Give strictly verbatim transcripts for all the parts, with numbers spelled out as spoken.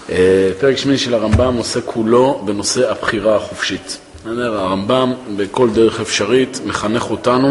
פרק שמיני של הרמב"ם עושה כולו בנושא הבחירה החופשית. הרמב"ם בכל דרך אפשרית מחנך אותנו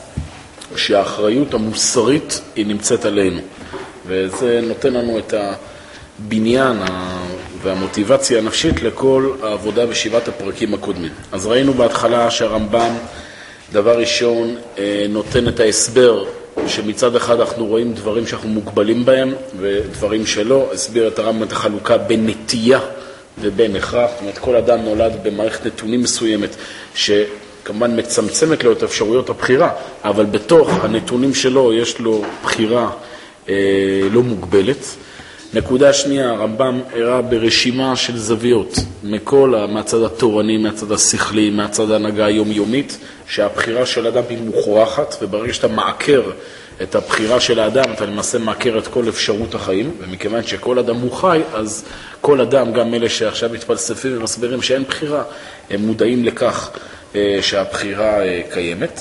שהאחריות המוסרית היא נמצאת עלינו. וזה נותן לנו את הבניין והמוטיבציה הנפשית לכל העבודה בשבעת הפרקים הקודמים. אז ראינו בהתחלה שהרמב"ם דבר ראשון נותן את ההסבר שמצד אחד אנחנו רואים דברים שאנחנו מוגבלים בהם ודברים שלא. הסביר את הרמב"ם את החלוקה בין נטייה ובין הכרח. זאת אומרת, כל אדם נולד במערכת נתונים מסוימת שכמובן מצמצמת לו את אפשרויות הבחירה, אבל בתוך הנתונים שלו יש לו בחירה אה, לא מוגבלת. נקודה שנייה, הרמב"ם הראה ברשימה של זוויות מכל, מהצד התורני, מהצד השכלי, מהצד ההנהגה היומיומית, שהבחירה של אדם היא מוכרחת, וברגע שאתה מעקר את הבחירה של האדם, אתה למעשה מעקר את כל אפשרות החיים, ומכיוון שכל אדם הוא חי, אז כל אדם, גם אלה שעכשיו מתפלספים ומסבירים שאין בחירה, הם מודעים לכך שהבחירה קיימת.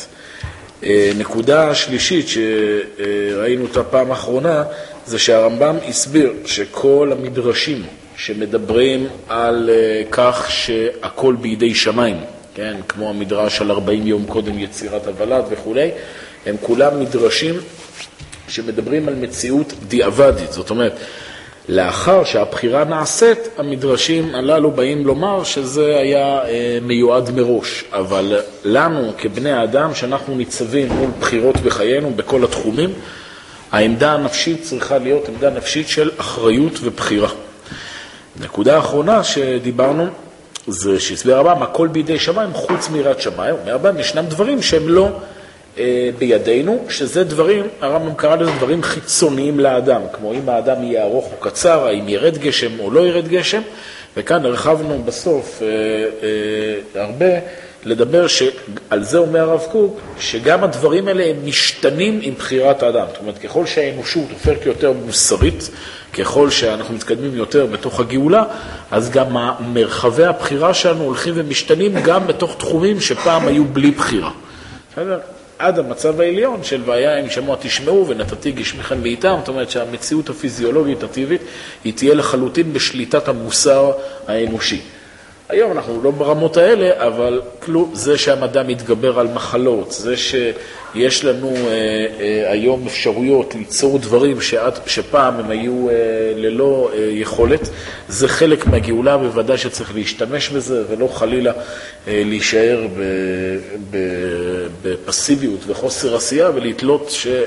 נקודה שלישית שראינו את הפעם האחרונה, זה שהרמב"ם הסביר שכל המדרשים שמדברים על כך שהכל בידי שמיים, כן, כמו המדרש על ארבעים יום קודם יצירת הוולד וכו', הם כולם מדרשים שמדברים על מציאות דיעבדית. זאת אומרת, לאחר שהבחירה נעשית, המדרשים הללו באים לומר שזה היה מיועד מראש. אבל לנו כבני האדם, שאנחנו ניצבים מול בחירות בחיינו בכל התחומים, העמדה הנפשית צריכה להיות עמדה נפשית של אחריות ובחירה. נקודה האחרונה שדיברנו, זה שהסביר הרמב"ם, הכל בידי שמיים חוץ מיראת שמיים. אומר הרמב"ם, ישנם דברים שהם לא אה, בידינו, שזה דברים, הרמב"ם קרא לזה דברים חיצוניים לאדם, כמו אם האדם יהיה ארוך או קצר, האם ירד גשם או לא ירד גשם, וכאן הרחבנו בסוף אה, אה, הרבה לדבר שעל זה אומר הרב קוק, שגם הדברים האלה הם משתנים עם בחירת האדם. זאת אומרת, ככל שהאנושות הופכת יותר מוסרית, ככל שאנחנו מתקדמים יותר בתוך הגאולה, אז גם מרחבי הבחירה שלנו הולכים ומשתנים גם בתוך תחומים שפעם היו בלי בחירה. עד המצב העליון של והיה אם שמוע תשמעו ונתתי גשמיכם בעיתם, זאת אומרת שהמציאות הפיזיולוגית הטבעית היא תהיה לחלוטין בשליטת המוסר האנושי. היום אנחנו לא ברמות האלה, אבל זה שהמדע מתגבר על מחלות, זה שיש לנו אה, אה, היום אפשרויות ליצור דברים שעד, שפעם הם היו אה, ללא אה, יכולת, זה חלק מהגאולה, בוודאי שצריך להשתמש בזה, ולא חלילה אה, להישאר ב, ב, בפסיביות וחוסר עשייה, ולהתלות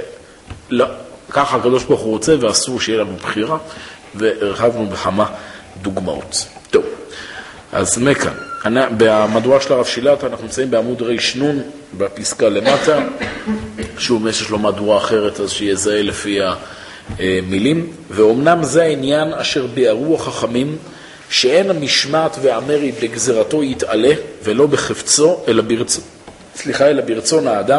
שככה הקדוש ברוך הוא רוצה, ואסור שיהיה לנו בחירה, והרחבנו בכמה דוגמאות. טוב. אז מכאן, במדוע של הרב שילת, אנחנו נמצאים בעמוד רשנון, בפסקה למטה, שוב, יש לו מדוע אחרת, אז שיזהה לפי המילים, ואומנם זה העניין אשר ביארו החכמים, שאין המשמעת והמרי בגזרתו יתעלה, ולא בחפצו, אלא ברצון. סליחה, אלא ברצון האדם,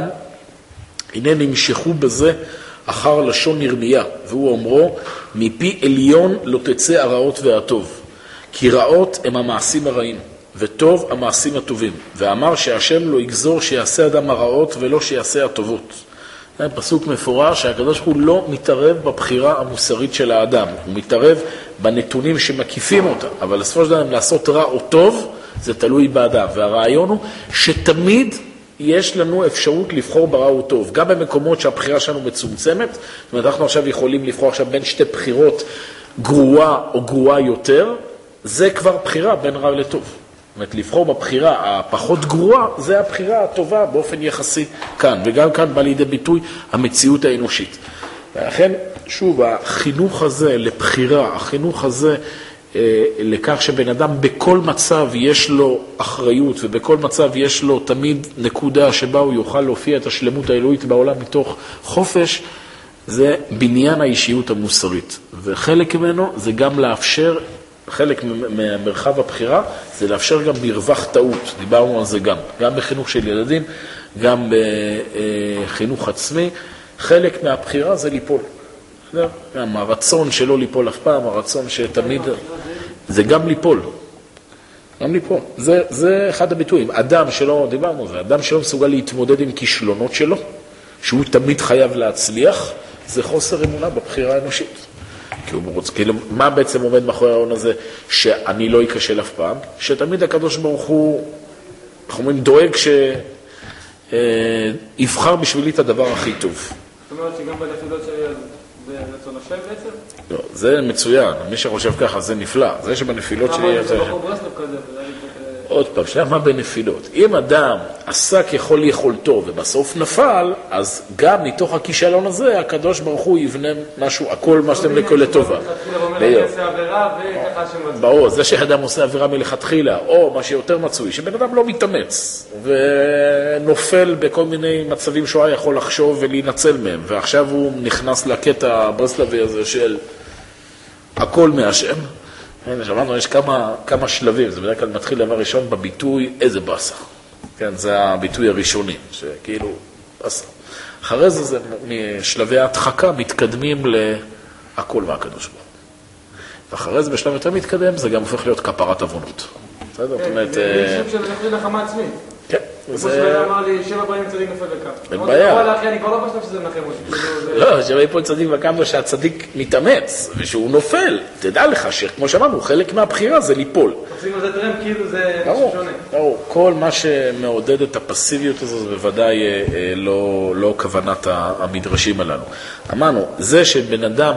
הנה נמשכו בזה אחר לשון ירמיה, והוא אומרו, מפי עליון לא תצא הרעות והטוב. כי רעות הם המעשים הרעים, וטוב המעשים הטובים. ואמר שהשם לא יגזור שיעשה אדם הרעות ולא שיעשה הטובות. זה פסוק מפורש שהקדוש הוא לא מתערב בבחירה המוסרית של האדם. הוא מתערב בנתונים שמקיפים אותה. אבל בסופו של דבר לעשות רע או טוב, זה תלוי באדם. והרעיון הוא שתמיד יש לנו אפשרות לבחור ברע או טוב. גם במקומות שהבחירה שלנו מצומצמת. זאת אומרת, אנחנו עכשיו יכולים לבחור עכשיו בין שתי בחירות גרועה או גרועה יותר, זה כבר בחירה בין רע לטוב. זאת אומרת, לבחור בבחירה הפחות גרועה, זה הבחירה הטובה באופן יחסי כאן. וגם כאן בא לידי ביטוי המציאות האנושית. ולכן, שוב, החינוך הזה לבחירה, החינוך הזה אה, לכך שבן אדם בכל מצב יש לו אחריות, ובכל מצב יש לו תמיד נקודה שבה הוא יוכל להופיע את השלמות האלוהית בעולם מתוך חופש, זה בניין האישיות המוסרית. וחלק ממנו זה גם לאפשר, חלק ממרחב הבחירה, זה לאפשר גם מרווח טעות. דיברנו על זה גם. גם בחינוך של ילדים, גם בחינוך עצמי. חלק מהבחירה זה ליפול. גם הרצון שלא ליפול אף פעם, הרצון שתמיד, זה גם ליפול. גם ליפול. זה, זה אחד הביטויים. אדם שלא, דיברנו, זה אדם שלא מסוגל להתמודד עם כישלונות שלו, שהוא תמיד חייב להצליח, זה חוסר אמונה בבחירה האנושית. כי הוא רוצה, כאילו, מה בעצם עומד מאחורי הרעיון הזה, שאני לא אכשל אף פעם, שתמיד הקדוש ברוך הוא, אנחנו אומרים, דואג שיבחר בשבילי את הדבר הכי טוב. זאת אומרת שגם בנפילות שלי זה רצון השם בעצם? לא, זה מצוין, מי שחושב ככה זה נפלא, זה שבנפילות שלי... זה לא ברסלב כזה, עוד פעם, שנייה, מה בנפילות? אם אדם עשה ככל יכולתו ובסוף נפל, אז גם מתוך הכישלון הזה, הקדוש ברוך הוא יבנה משהו, הכל מה שאתם לכל לטובה. ברור, זה שאדם עושה עבירה מלכתחילה, או מה שיותר מצוי, שבן אדם לא מתאמץ, ונופל בכל מיני מצבים שהוא יכול לחשוב ולהינצל מהם, ועכשיו הוא נכנס לקטע הברסלבי הזה של הכל מהשם, הנה, שמענו, יש כמה, כמה שלבים, זה בדרך כלל מתחיל דבר ראשון בביטוי איזה בסה. כן, זה הביטוי הראשוני, שכאילו, בסה. אחרי זה, זה משלבי ההדחקה מתקדמים להכל מהקדוש ברוך הוא. ואחרי זה בשלב יותר מתקדם, זה גם הופך להיות כפרת עוונות. בסדר? כן, זה שם של נכלי נחמה עצמית. כן. כמו שבא אמר לי, שבע פעמים צדיק נופל וקם. אין בעיה. אני כבר לא חושב שזה מנחם אותי. לא, שבע פעמים צדיק וקם זה שהצדיק מתאמץ, ושהוא נופל. תדע לך שכמו שאמרנו, חלק מהבחירה זה ליפול. תופסים על זה טרמפ, כאילו זה משהו שונה. ברור, כל מה שמעודד את הפסיביות הזו, זה בוודאי לא כוונת המדרשים הללו. אמרנו, זה שבן אדם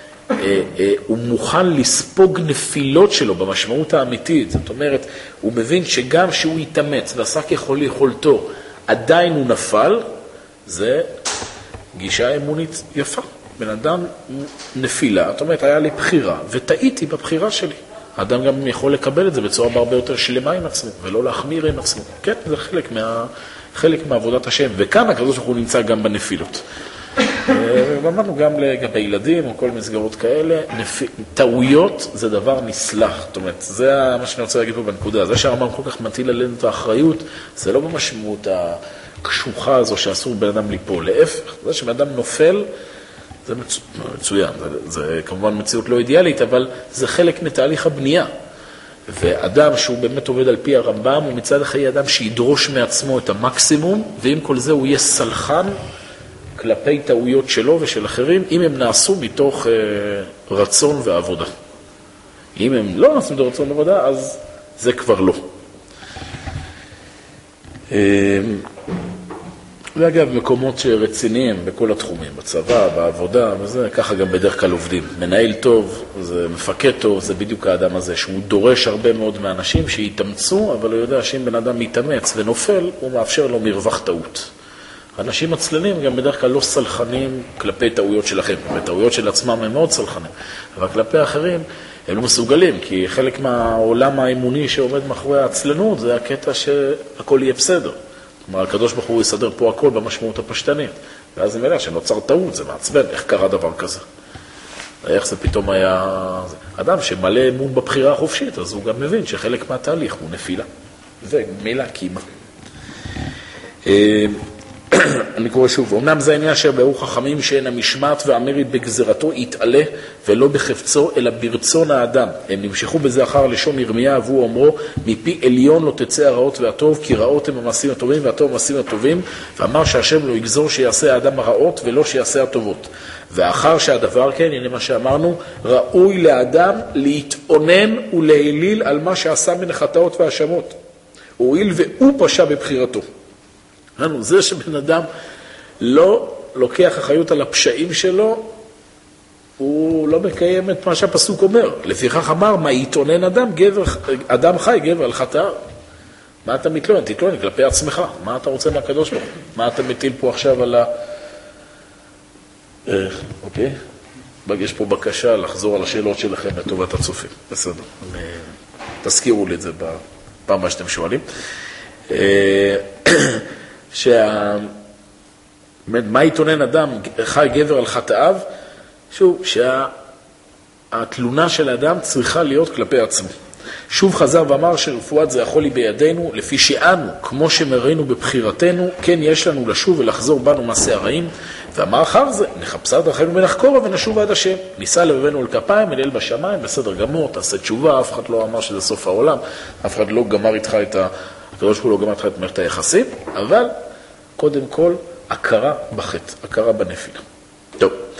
הוא מוכן לספוג נפילות שלו במשמעות האמיתית, זאת אומרת, הוא מבין שגם שהוא יתאמץ ועשה ככל יכולתו, עדיין הוא נפל, זה גישה אמונית יפה. בן אדם נפילה, זאת אומרת, היה לי בחירה, וטעיתי בבחירה שלי. האדם גם יכול לקבל את זה בצורה הרבה יותר שלמה עם עצמו, ולא להחמיר עם עצמו. כן, זה חלק, מה, חלק מעבודת השם, וכאן הקדוש ברוך הוא נמצא גם בנפילות. ואמרנו גם לגבי ילדים או כל מסגרות כאלה, טעויות זה דבר נסלח, זאת אומרת, זה מה שאני רוצה להגיד פה בנקודה, זה שהרמב"ם כל כך מטיל עלינו את האחריות, זה לא במשמעות הקשוחה הזו שאסור בן אדם ליפול, להפך, זה שבן אדם נופל, זה מצו... מצוין, זה, זה כמובן מציאות לא אידיאלית, אבל זה חלק מתהליך הבנייה, ואדם שהוא באמת עובד על פי הרמב"ם, הוא מצד אחרי אדם שידרוש מעצמו את המקסימום, ועם כל זה הוא יהיה סלחן, כלפי טעויות שלו ושל אחרים, אם הם נעשו מתוך אה, רצון ועבודה. אם הם לא נעשו מתוך רצון ועבודה, אז זה כבר לא. אה, ואגב, מקומות רציניים בכל התחומים, בצבא, בעבודה, וזה, ככה גם בדרך כלל עובדים. מנהל טוב, זה מפקד טוב, זה בדיוק האדם הזה, שהוא דורש הרבה מאוד מהאנשים שיתאמצו, אבל הוא יודע שאם בן אדם מתאמץ ונופל, הוא מאפשר לו מרווח טעות. אנשים עצלנים גם בדרך כלל לא סלחנים כלפי טעויות שלכם, וטעויות של עצמם הם מאוד סלחנים, אבל כלפי אחרים הם לא מסוגלים, כי חלק מהעולם האמוני שעומד מאחורי העצלנות זה הקטע שהכל יהיה בסדר. כלומר, הקדוש ברוך הוא יסדר פה הכל במשמעות הפשטנית, ואז אני יודע שנוצר טעות, זה מעצבן, איך קרה דבר כזה? איך זה פתאום היה... אדם שמלא אמון בבחירה החופשית, אז הוא גם מבין שחלק מהתהליך הוא נפילה, ומילה קימה. אני קורא שוב, אמנם זה העניין שביארו חכמים שאין המשמעת והמריד בגזרתו יתעלה ולא בחפצו אלא ברצון האדם. הם נמשכו בזה אחר לשון ירמיה, והוא אומרו, מפי עליון לא תצא הרעות והטוב, כי רעות הם המעשים הטובים והטוב המעשים הטובים, ואמר שהשם לא יגזור שיעשה האדם הרעות ולא שיעשה הטובות. ואחר שהדבר כן, הנה מה שאמרנו, ראוי לאדם להתאונן ולהיליל על מה שעשה מן החטאות והאשמות, הואיל והוא פשע בבחירתו. זה שבן אדם לא לוקח אחריות על הפשעים שלו, הוא לא מקיים את מה שהפסוק אומר. לפיכך אמר, מה יתאונן אדם, גבר, אדם חי, גבר על חטא. מה אתה מתלונן? תתלונן כלפי עצמך. מה אתה רוצה מהקדוש ברוך הוא? מה אתה מטיל פה עכשיו על ה... אוקיי? יש פה בקשה לחזור על השאלות שלכם לטובת הצופים. בסדר. תזכירו לי את זה בפעם מה שאתם שואלים. שה... מה יתאונן אדם חי גבר על חטאיו? שוב, שהתלונה של האדם צריכה להיות כלפי עצמו. שוב חזר ואמר שרפואת זה יכול לי בידינו, לפי שאנו, כמו שמראינו בבחירתנו, כן יש לנו לשוב ולחזור בנו מעשה הרעים, ואמר אחר זה, נחפשה דרכינו ונחקורה ונשוב עד השם. ניסה לבבנו אל כפיים, אל אל בשמיים, בסדר גמור, תעשה תשובה, אף אחד לא אמר שזה סוף העולם, אף אחד לא גמר איתך את ה... הקדוש ברוך הוא לא גמר איתך את מערכת היחסים, אבל קודם כל, הכרה בחטא, הכרה בנפילה. טוב,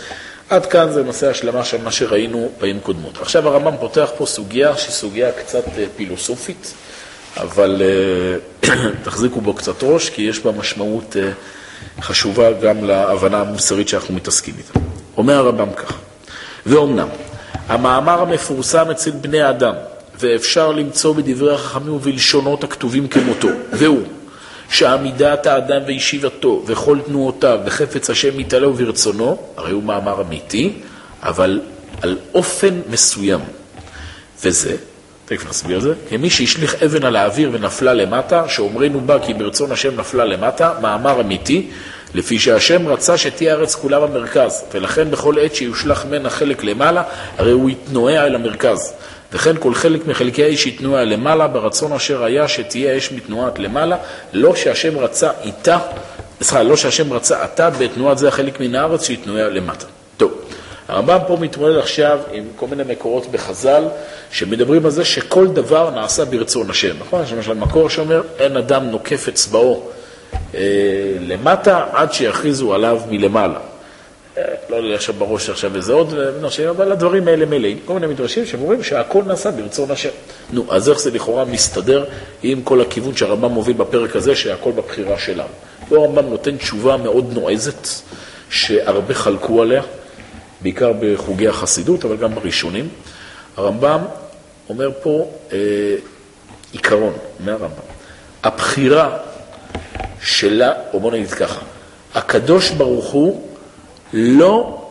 עד כאן זה נושא השלמה של מה שראינו פעמים קודמות. עכשיו הרמב"ם פותח פה סוגיה שהיא סוגיה קצת פילוסופית, אבל תחזיקו בו קצת ראש, כי יש בה משמעות חשובה גם להבנה המוסרית שאנחנו מתעסקים איתה. אומר הרמב"ם כך, ואומנם, המאמר המפורסם אצל בני אדם, ואפשר למצוא בדברי החכמים ובלשונות הכתובים כמותו, והוא, שעמידת האדם וישיבתו וכל תנועותיו וחפץ השם מתעלה וברצונו, הרי הוא מאמר אמיתי, אבל על אופן מסוים. וזה, תכף נסביר את זה, כמי שהשליך אבן על האוויר ונפלה למטה, שאומרנו בה כי ברצון השם נפלה למטה, מאמר אמיתי, לפי שהשם רצה שתהיה הארץ כולה במרכז, ולכן בכל עת שיושלח מנה חלק למעלה, הרי הוא יתנועע אל המרכז. וכן כל חלק מחלקי האש יתנועע למעלה, ברצון אשר היה שתהיה האש מתנועת למעלה, לא שהשם רצה איתה, סליחה, לא שהשם רצה עתה, בתנועת זה החלק מן הארץ שיתנועע למטה. טוב, הרמב"ם פה מתמודד עכשיו עם כל מיני מקורות בחז"ל, שמדברים על זה שכל דבר נעשה ברצון השם. נכון? יש למשל מקור שאומר, אין אדם נוקף אצבעו אה, למטה, עד שיכריזו עליו מלמעלה. לא יודע עכשיו בראש עכשיו איזה עוד, אבל הדברים האלה מלאים. כל מיני מדרשים שאומרים שהכל נעשה ברצון השם. נו, אז איך זה לכאורה מסתדר עם כל הכיוון שהרמב"ם מוביל בפרק הזה, שהכל בבחירה שלנו. פה הרמב"ם נותן תשובה מאוד נועזת, שהרבה חלקו עליה, בעיקר בחוגי החסידות, אבל גם בראשונים. הרמב"ם אומר פה אה, עיקרון, אומר הרמב"ם. הבחירה שלה, או בוא נגיד ככה, הקדוש ברוך הוא לא,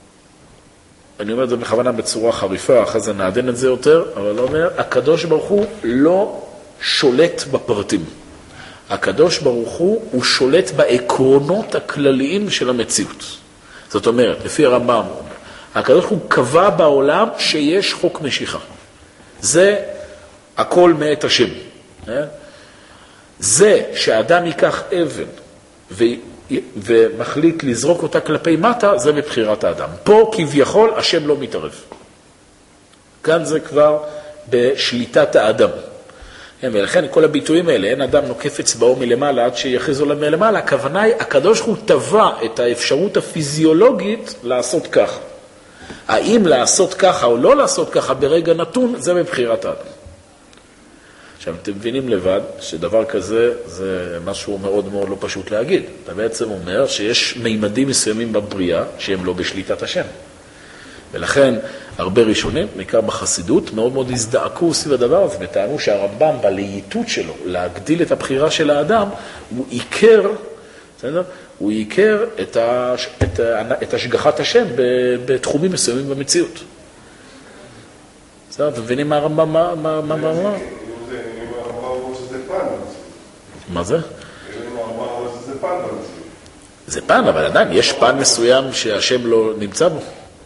אני אומר את זה בכוונה בצורה חריפה, אחרי זה נעדן את זה יותר, אבל לא אומר, הקדוש ברוך הוא לא שולט בפרטים. הקדוש ברוך הוא, הוא שולט בעקרונות הכלליים של המציאות. זאת אומרת, לפי הרמב"ם, הקדוש ברוך הוא קבע בעולם שיש חוק משיכה. זה הכל מאת השם. זה שהאדם ייקח אבן ו... ומחליט לזרוק אותה כלפי מטה, זה מבחירת האדם. פה כביכול השם לא מתערב. כאן זה כבר בשליטת האדם. ולכן כל הביטויים האלה, אין אדם נוקף אצבעו מלמעלה עד שיכריזו לו מלמעלה, הכוונה היא, הקדוש ברוך הוא טבע את האפשרות הפיזיולוגית לעשות ככה. האם לעשות ככה או לא לעשות ככה ברגע נתון, זה מבחירת האדם. עכשיו, אתם מבינים לבד שדבר כזה זה משהו מאוד מאוד לא פשוט להגיד. אתה בעצם אומר שיש מימדים מסוימים בבריאה שהם לא בשליטת השם. ולכן הרבה ראשונים, בעיקר בחסידות, מאוד מאוד הזדעקו סביב הדבר הזה, וטענו שהרמב"ם בלהיטות שלו להגדיל את הבחירה של האדם, הוא עיקר, בסדר? הוא עיקר את, הש... את, ה... את השגחת השם בתחומים מסוימים במציאות. בסדר? אתם מבינים מה הרמב"ם מה מה מה מה? מה זה? זה פן, אבל עדיין יש פן מסוים שהשם לא נמצא בו.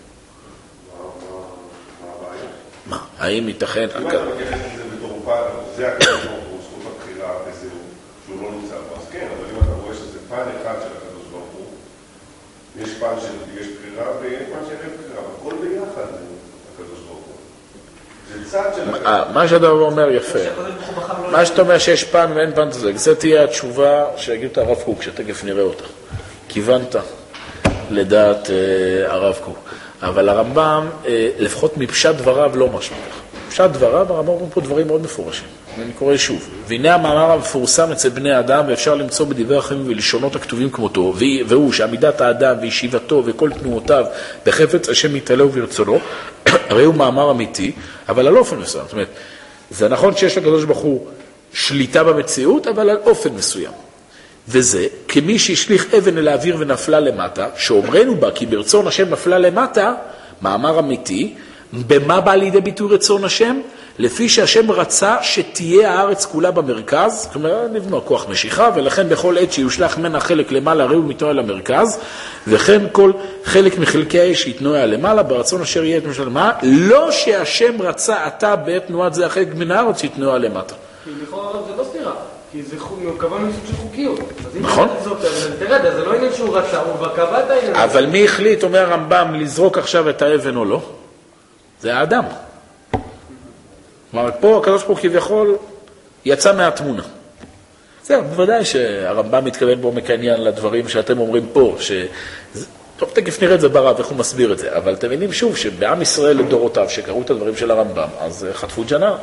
מה? האם ייתכן? אם אתה לוקח את זה בתור פן, זה הקדוש ברוך הוא, זכות הבחירה וזהו, שהוא לא נמצא בו, אז כן, אבל אם אתה רואה שזה פן אחד של הקדוש ברוך הוא, יש פן שיש בחירה ויש פן שאין בחירה, אבל כל ביחד זה הקדוש ברוך הוא. זה צד של הקדוש ברוך הוא. מה שאתה אומר יפה. מה שאתה אומר שיש פן ואין פן זה, זה תהיה התשובה שיגיד את הרב קוק, שתכף נראה אותה. כיוונת לדעת הרב קוק. אבל הרמב"ם, לפחות מפשט דבריו לא משהו כך. פשט דבריו, הרמב"ם אומרים פה דברים מאוד מפורשים. ואני קורא שוב. והנה המאמר המפורסם אצל בני האדם, ואפשר למצוא בדברי החכמים ולשונות הכתובים כמותו, והוא שעמידת האדם וישיבתו וכל תנועותיו בחפץ השם מתעלה וברצונו, הרי הוא מאמר אמיתי, אבל על אופן מסוים. זאת אומרת, זה נכון שיש לקדוש ברוך הוא שליטה במציאות, אבל על אופן מסוים. וזה, כמי שהשליך אבן אל האוויר ונפלה למטה, שאומרנו בה כי ברצון השם נפלה למטה, מאמר אמיתי, במה בא לידי ביטוי רצון השם? לפי שהשם רצה שתהיה הארץ כולה במרכז, זאת אומרת, נבנו כוח משיכה, ולכן בכל עת שיושלח מנה חלק למעלה, הרי הוא מתנועע למרכז, וכן כל חלק מחלקי האש יתנועע למעלה, ברצון אשר יהיה את משל מה? לא שהשם רצה עתה בעת תנועת זה החלק מן הארץ יתנועע למטה. כי לכאורה זה לא סתירה. כי זה קבע מסוג של חוקיות. נכון. תראה, זה לא עניין שהוא רצה, הוא קבע את העניין. אבל מי החליט, אומר הרמב"ם, לזרוק עכשיו את האבן או לא? זה האדם. כלומר, פה הקדוש ברוך הוא כביכול יצא מהתמונה. זהו, בוודאי שהרמב"ם מתכוון בו מקניין לדברים שאתם אומרים פה, טוב, תכף נראה את זה ברב, איך הוא מסביר את זה, אבל אתם יודעים שוב שבעם ישראל לדורותיו, שקראו את הדברים של הרמב"ם, אז חטפו ג'נה,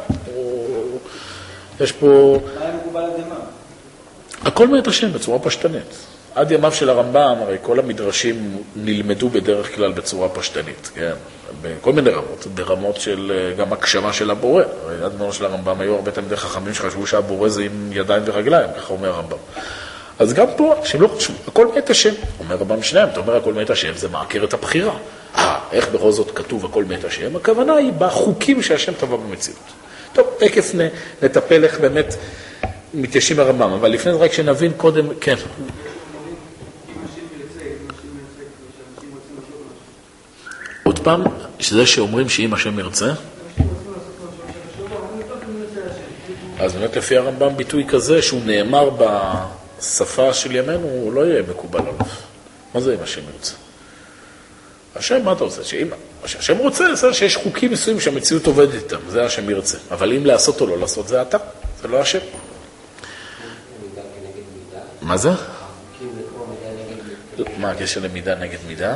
יש פה... מה היה מקובל עד ימיו? הכל מאת השם בצורה פשטנית. עד ימיו של הרמב"ם, הרי כל המדרשים נלמדו בדרך כלל בצורה פשטנית, כן? בכל מיני רמות, ברמות של גם הקשמה של הבורא. הרי עד ימיו של הרמב"ם היו הרבה תלמידי חכמים שחשבו שהבורא זה עם ידיים ורגליים, ככה אומר הרמב"ם. אז גם פה, שהם לא חשבו, הכל מאת השם. אומר רבם שניים, אתה אומר הכל מאת השם, זה מעקר את הבחירה. אה, איך בכל זאת כתוב הכל מאת השם? הכוונה היא בחוקים שהשם טבע במציאות. טוב, תכף נטפל איך באמת מתיישים הרמב"ם, אבל לפני זה רק שנבין קודם, כן. עוד פעם, שזה שאומרים שאם השם ירצה, אז באמת לפי הרמב"ם ביטוי כזה שהוא נאמר בשפה של ימינו, הוא לא יהיה מקובל עליו. מה זה אם השם ירצה? השם, מה אתה רוצה? שאם השם רוצה, זה שיש חוקים מסוימים שהמציאות עובדת איתם, זה השם ירצה. אבל אם לעשות או לא לעשות, זה אתה, זה לא השם. מה זה? מה הקשר למידה נגד מידה?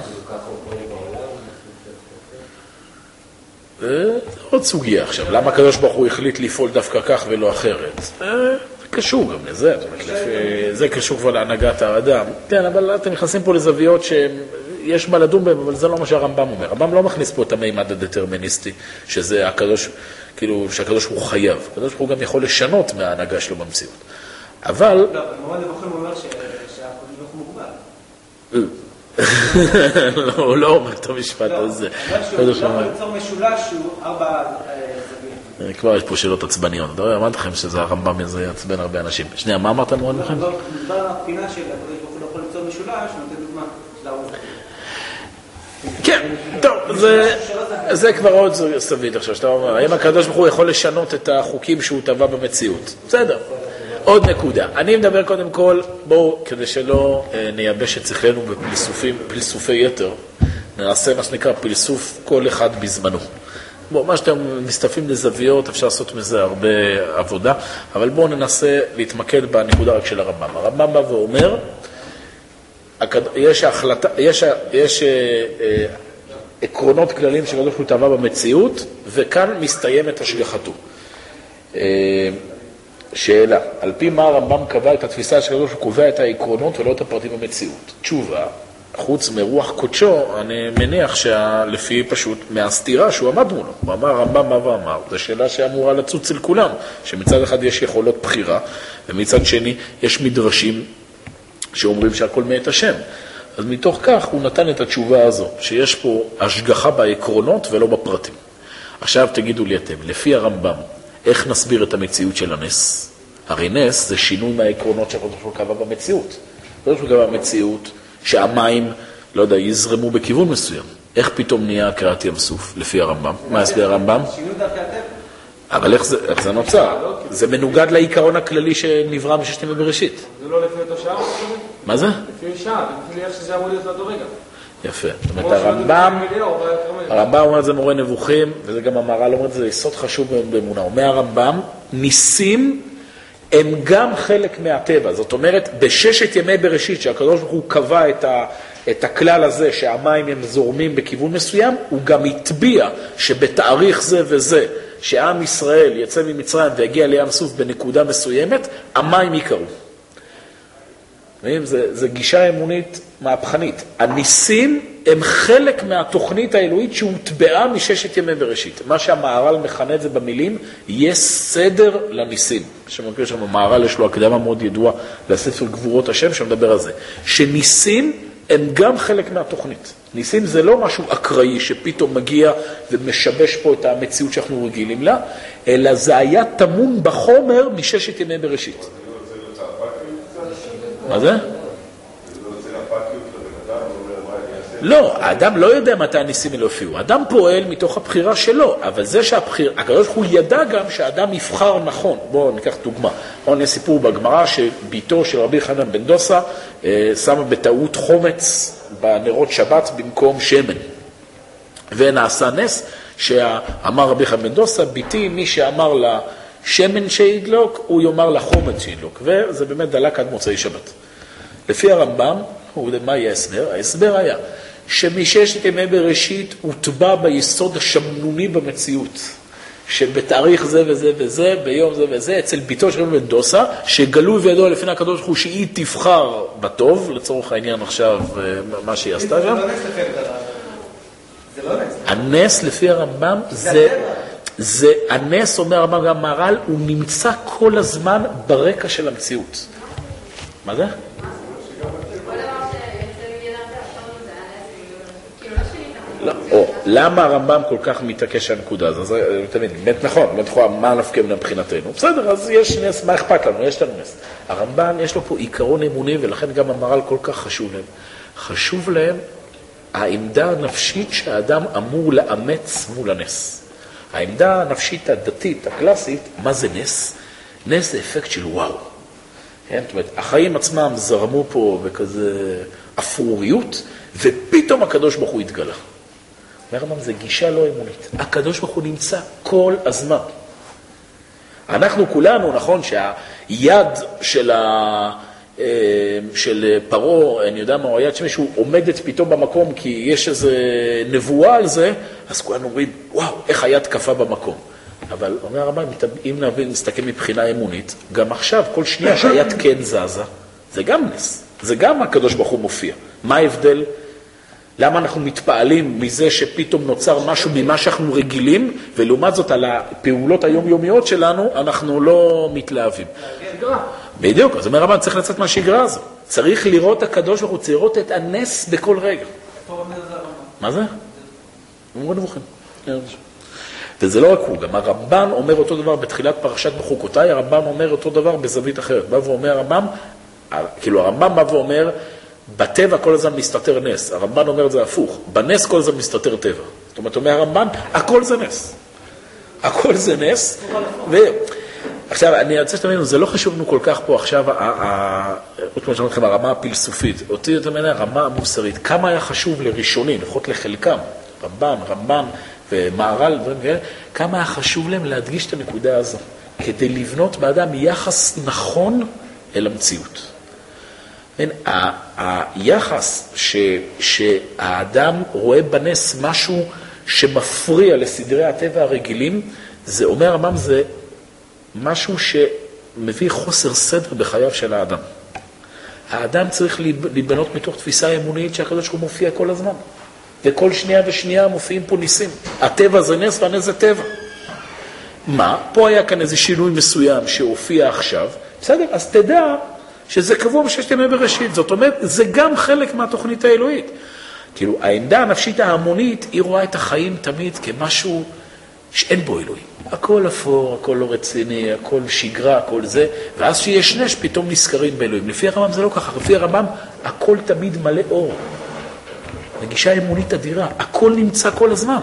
זה עוד סוגיה עכשיו. למה הקדוש ברוך הוא החליט לפעול דווקא כך ולא אחרת? זה קשור גם לזה. זה קשור כבר להנהגת האדם. כן, אבל אתם נכנסים פה לזוויות שיש מה לדון בהם, אבל זה לא מה שהרמב"ם אומר. הרמב"ם לא מכניס פה את המימד הדטרמיניסטי, שזה הקדוש, כאילו, שהקדוש הוא חייב. הקדוש הוא גם יכול לשנות מההנהגה שלו במציאות. אבל... לא, במובן לבוחר הוא אומר שהקדוש ברוך הוא מוגבל. לא, הוא לא אומר את המשפט הזה. לא, אבל שהוא יכול ליצור משולש שהוא ארבע זוויות. כבר יש פה שאלות עצבניות. אמרתי לכם שזה הרמב"ם הזה יעצבן הרבה אנשים. שנייה, מה אמרת לנו לכם? מדבר על הבחינה של הקדוש ברוך הוא לא יכול ליצור משולש, נותן דוגמה של הארבע זוויות. כן, טוב, זה כבר עוד סבית עכשיו, שאתה אומר, האם הקדוש ברוך הוא יכול לשנות את החוקים שהוא טבע במציאות? בסדר. עוד נקודה. אני מדבר קודם כל, בואו, כדי שלא נייבש את שכלנו בפלסופים, פלסופי יתר, נעשה מה שנקרא פלסוף כל אחד בזמנו. בואו, מה שאתם מסתפים לזוויות, אפשר לעשות מזה הרבה עבודה, אבל בואו ננסה להתמקד בנקודה רק של הרמב"ם. הרמב"ם בא ואומר, יש החלטה, יש, יש אה, אה, עקרונות כלליים שקדוש ברוך הוא טבע במציאות, וכאן מסתיימת השגחתו. אה, שאלה, על פי מה הרמב"ם קבע את התפיסה שקדוש ברוך הוא קובע את העקרונות ולא את הפרטים במציאות? תשובה, חוץ מרוח קודשו, אני מניח שלפי פשוט מהסתירה שהוא עמד מולו. הוא אמר, הרמב"ם בא ואמר, זו שאלה שאמורה לצוץ אל כולם, שמצד אחד יש יכולות בחירה, ומצד שני יש מדרשים שאומרים שהכל מאת השם. אז מתוך כך הוא נתן את התשובה הזו, שיש פה השגחה בעקרונות ולא בפרטים. עכשיו תגידו לי אתם, לפי הרמב"ם, איך נסביר את המציאות של הנס? הרי נס זה שינוי מהעקרונות שהקדוש ברוך הוא קבע במציאות. הקדוש ברוך הוא קבע במציאות שהמים, לא יודע, יזרמו בכיוון מסוים. איך פתאום נהיה קריעת ים סוף, לפי הרמב"ם? מה הסביר הרמב"ם? שינוי דרכי הטבע. אבל איך זה, איך זה נוצר? זה מנוגד לעיקרון הכללי שנברא מששת ימי בראשית. זה לא לפי אותו שעה? מה זה? לפי שעה, לפי איך שזה אמור להיות לאותו רגע. יפה. זאת אומרת, הרמב"ם, הרמב"ם אומר את זה מורה נבוכים, וזה גם המהר"ל אומר את זה, יסוד חשוב באמונה. אומר הרמב"ם, ניסים הם גם חלק מהטבע. זאת אומרת, בששת ימי בראשית, שהקדוש ברוך הוא קבע את, ה, את הכלל הזה, שהמים הם זורמים בכיוון מסוים, הוא גם הטביע שבתאריך זה וזה, שעם ישראל יצא ממצרים ויגיע לים סוף בנקודה מסוימת, המים יקרו. זה, זה גישה אמונית מהפכנית. הניסים הם חלק מהתוכנית האלוהית שהוטבעה מששת ימי בראשית. מה שהמהר"ל מכנה את זה במילים, יש סדר לניסים. שמכיר שם, המהר"ל יש לו הקדמה מאוד ידועה לספר גבורות השם שמדבר על זה. שניסים הם גם חלק מהתוכנית. ניסים זה לא משהו אקראי שפתאום מגיע ומשבש פה את המציאות שאנחנו רגילים לה, אלא זה היה תמון בחומר מששת ימי בראשית. מה זה? לא, האדם לא יודע מתי הניסים האלה הופיעו. האדם פועל מתוך הבחירה שלו, אבל זה שהבחירה, הקדוש ברוך הוא ידע גם שהאדם יבחר נכון. בואו ניקח דוגמה. בואו נהיה סיפור בגמרא שביתו של רבי חנן בן דוסה אה, שמה בטעות חומץ בנרות שבת במקום שמן. ונעשה נס שאמר רבי חנן בן דוסה, ביתי מי שאמר לה שמן שידלוק, הוא יאמר לה חומץ שידלוק. וזה באמת דלק עד מוצאי שבת. לפי הרמב"ם, מה היה ההסבר? ההסבר היה שמששת ימי בראשית הוטבע ביסוד השמנוני במציאות. שבתאריך זה וזה וזה, ביום זה וזה, אצל ביתו של בן דוסה, שגלוי וידוע לפני הקדוש ברוך הוא שהיא תבחר בטוב, לצורך העניין עכשיו מה שהיא עשתה שם. זה לא נס. הנס לפי הרמב"ם זה, זה הנס, אומר הרמב"ם גם מהר"ל, הוא נמצא כל הזמן ברקע של המציאות. מה זה? לא, או, למה הרמב"ם כל כך מתעקש על הנקודה הזו? זה תמיד, באמת נכון, באמת נכון, מה נפקם מבחינתנו? בסדר, אז יש נס, מה אכפת לנו? יש לנו נס. הרמב"ם יש לו פה עיקרון אמוני, ולכן גם המהר"ל כל כך חשוב להם. חשוב להם העמדה הנפשית שהאדם אמור לאמץ מול הנס. העמדה הנפשית הדתית, הקלאסית, מה זה נס? נס זה אפקט של וואו. כן? זאת אומרת, החיים עצמם זרמו פה בכזה אפרוריות, ופתאום הקדוש ברוך הוא התגלה. אומר, זה גישה לא אמונית. הקדוש ברוך הוא נמצא כל הזמן. אנחנו כולנו, נכון, שהיד של, ה... של פרו, אני יודע מה, היד שמישהו עומדת פתאום במקום כי יש איזו נבואה על זה, אז כולנו אומרים, וואו, איך היד קפה במקום. אבל אומר הרמב"ם, אם נבין, נסתכל מבחינה אמונית, גם עכשיו, כל שנייה שהיד כן זזה, זה גם נס. זה גם הקדוש ברוך הוא מופיע. מה ההבדל? למה אנחנו מתפעלים מזה שפתאום נוצר משהו ממה שאנחנו רגילים, ולעומת זאת על הפעולות היומיומיות שלנו, אנחנו לא מתלהבים. בדיוק, אז אומר הרמב"ם, צריך לצאת מהשגרה הזו. צריך לראות הקדוש ברוך הוא, צריך לראות את הנס בכל רגע. מה זה? אמרו נבוכים. וזה לא רק הוא, גם הרמב"ם אומר אותו דבר בתחילת פרשת בחוקותיי, הרמב"ם אומר אותו דבר בזווית אחרת. בא ואומר הרמב"ם, כאילו הרמב"ם בא ואומר, בטבע כל הזמן מסתתר נס. הרמב"ן אומר את זה הפוך. בנס כל הזמן מסתתר טבע. זאת אומרת, אומר הרמב"ן, הכל זה נס. הכל זה נס. ו... עכשיו, אני רוצה שתמינו, זה לא חשוב לנו כל כך פה עכשיו, עוד פעם שאני אומר לכם, הרמה הפילסופית, אותי יותר מנה, הרמה המוסרית, כמה היה חשוב לראשונים, לפחות לחלקם, רמב"ן, רמב"ן ומהר"ל, כמה היה חשוב להם להדגיש את הנקודה הזו, כדי לבנות באדם יחס נכון אל המציאות. היחס ש, שהאדם רואה בנס משהו שמפריע לסדרי הטבע הרגילים, זה אומר הרמב"ם, זה משהו שמביא חוסר סדר בחייו של האדם. האדם צריך להיבנות מתוך תפיסה אמונית שהקדוש ברוך הוא מופיע כל הזמן. וכל שנייה ושנייה מופיעים פה ניסים. הטבע זה נס והנס זה טבע. מה? פה היה כאן איזה שינוי מסוים שהופיע עכשיו. בסדר, אז תדע שזה קבוע בששת ימי בראשית. זאת אומרת, זה גם חלק מהתוכנית האלוהית. כאילו, העמדה הנפשית ההמונית, היא רואה את החיים תמיד כמשהו שאין בו אלוהים. הכל אפור, הכל לא רציני, הכל שגרה, הכל זה, ואז שיש נש, פתאום נזכרים באלוהים. לפי הרמב"ם זה לא ככה, לפי הרמב"ם הכל תמיד מלא אור. מגישה אמונית אדירה, הכל נמצא כל הזמן.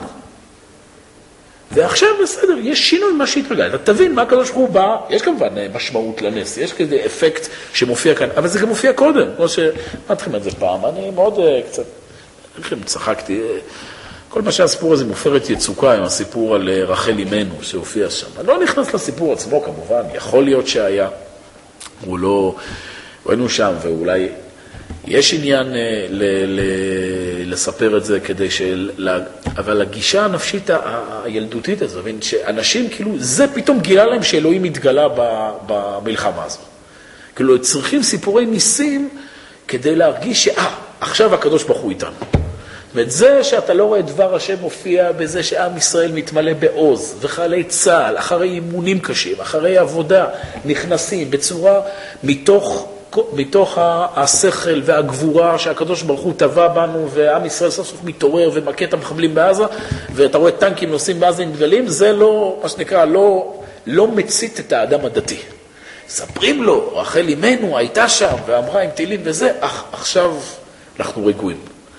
ועכשיו בסדר, יש שינוי מה שהתרגל. אתה תבין מה הקדוש ברוך הוא בא, יש כמובן משמעות לנס, יש כזה אפקט שמופיע כאן, אבל זה גם מופיע קודם, כמו שמתחילים את זה פעם, אני מאוד קצת, אני צחקתי, כל מה שהסיפור הזה מופרת יצוקה, עם הסיפור על רחל אימנו שהופיע שם. אני לא נכנס לסיפור עצמו כמובן, יכול להיות שהיה, הוא לא, היינו שם ואולי יש עניין ל, ל, לספר את זה כדי של, אבל הגישה הנפשית הילדותית הזו, שאנשים כאילו, זה פתאום גילה להם שאלוהים התגלה במלחמה הזו. כאילו, צריכים סיפורי ניסים כדי להרגיש שאה, עכשיו הקדוש ברוך הוא איתנו. ואת זה שאתה לא רואה דבר השם מופיע בזה שעם ישראל מתמלא בעוז, וחיילי צה"ל, אחרי אימונים קשים, אחרי עבודה, נכנסים בצורה מתוך, מתוך השכל והגבורה שהקדוש ברוך הוא טבע בנו, ועם ישראל סוף סוף מתעורר ומכה את המחבלים בעזה, ואתה רואה טנקים נוסעים בעזה עם דגלים, זה לא, מה שנקרא, לא, לא מצית את האדם הדתי. ספרים לו, רחל אימנו הייתה שם, ואמרה עם טילים וזה, אך עכשיו אנחנו רגועים.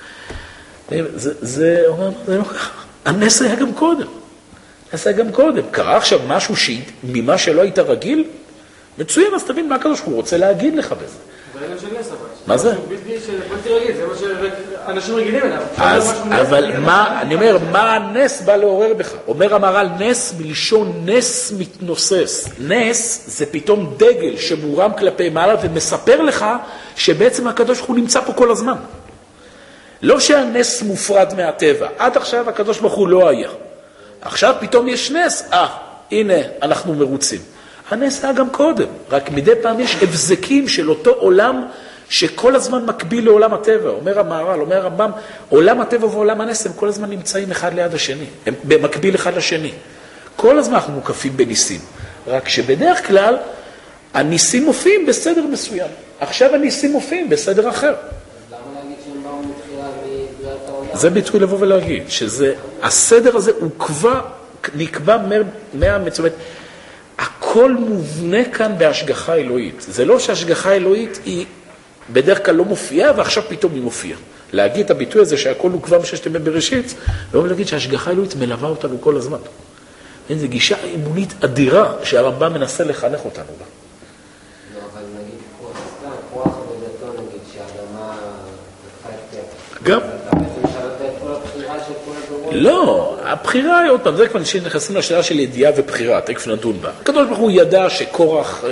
זה, זה, זה לא ככה. הנס היה גם קודם. הנס היה גם קודם. קרה עכשיו משהו ממה שלא היית רגיל, מצוין, אז תבין מה הקדוש הוא רוצה להגיד לך בזה. זה עניין של נס, אבל. מה זה? בלתי רגיל, זה מה שאנשים רגילים אליו. אז, אבל מה, אני אומר, מה הנס בא לעורר בך? אומר המהר"ל, נס מלשון נס מתנוסס. נס זה פתאום דגל שמורם כלפי מעלה ומספר לך שבעצם הקדוש הוא נמצא פה כל הזמן. לא שהנס מופרד מהטבע, עד עכשיו הקדוש ברוך הוא לא היה. עכשיו פתאום יש נס, אה, הנה, אנחנו מרוצים. הנס היה גם קודם, רק מדי פעם יש הבזקים של אותו עולם שכל הזמן מקביל לעולם הטבע. אומר המהר"ל, אומר הרמב"ם, עולם הטבע ועולם הנס הם כל הזמן נמצאים אחד ליד השני, הם במקביל אחד לשני. כל הזמן אנחנו מוקפים בניסים, רק שבדרך כלל הניסים מופיעים בסדר מסוים. עכשיו הניסים מופיעים בסדר אחר. אז למה להגיד שהם באו מתחילה מבריאת העולם? זה ביטוי לבוא ולהגיד, שזה, הסדר הזה הוא כבר נקבע מהמצומת. הכל מובנה כאן בהשגחה אלוהית. זה לא שהשגחה אלוהית היא בדרך כלל לא מופיעה, ועכשיו פתאום היא מופיעה. להגיד את הביטוי הזה שהכל הוא כבר מששת ימי בראשית, לבוא ולהגיד שהשגחה אלוהית מלווה אותנו כל הזמן. זו גישה אמונית אדירה שהרמב"ם מנסה לחנך אותנו בה. לא, אבל נגיד כוח עבודתו, נגיד שהאדמה לקחה את... גם. אתה בעצם שאלת את כל הבחירה של כל הדורות? לא, הבחירה היא עוד פעם, זה כבר נכנסים לשאלה של ידיעה ובחירה, תכף נדון בה. הקדוש ברוך הוא ידע שקורח אה,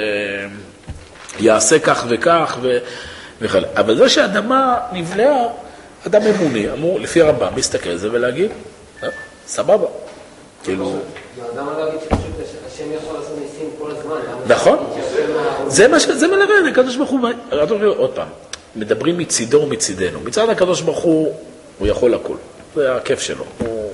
יעשה כך וכך ו... וכאלה. אבל זה שהאדמה נבלעה, אדם אמוני, אמור לפי הרמב"ם להסתכל על זה ולהגיד, אה, סבבה. כאילו... האדם להגיד שפשוט השם יכול לעשות ניסים כל הזמן. נכון. זה מה ש... זה מלראה, הקדוש ברוך הוא... עוד פעם, מדברים מצידו ומצידנו. מצד הקדוש ברוך הוא, הוא יכול הכל. זה הכיף שלו. הוא...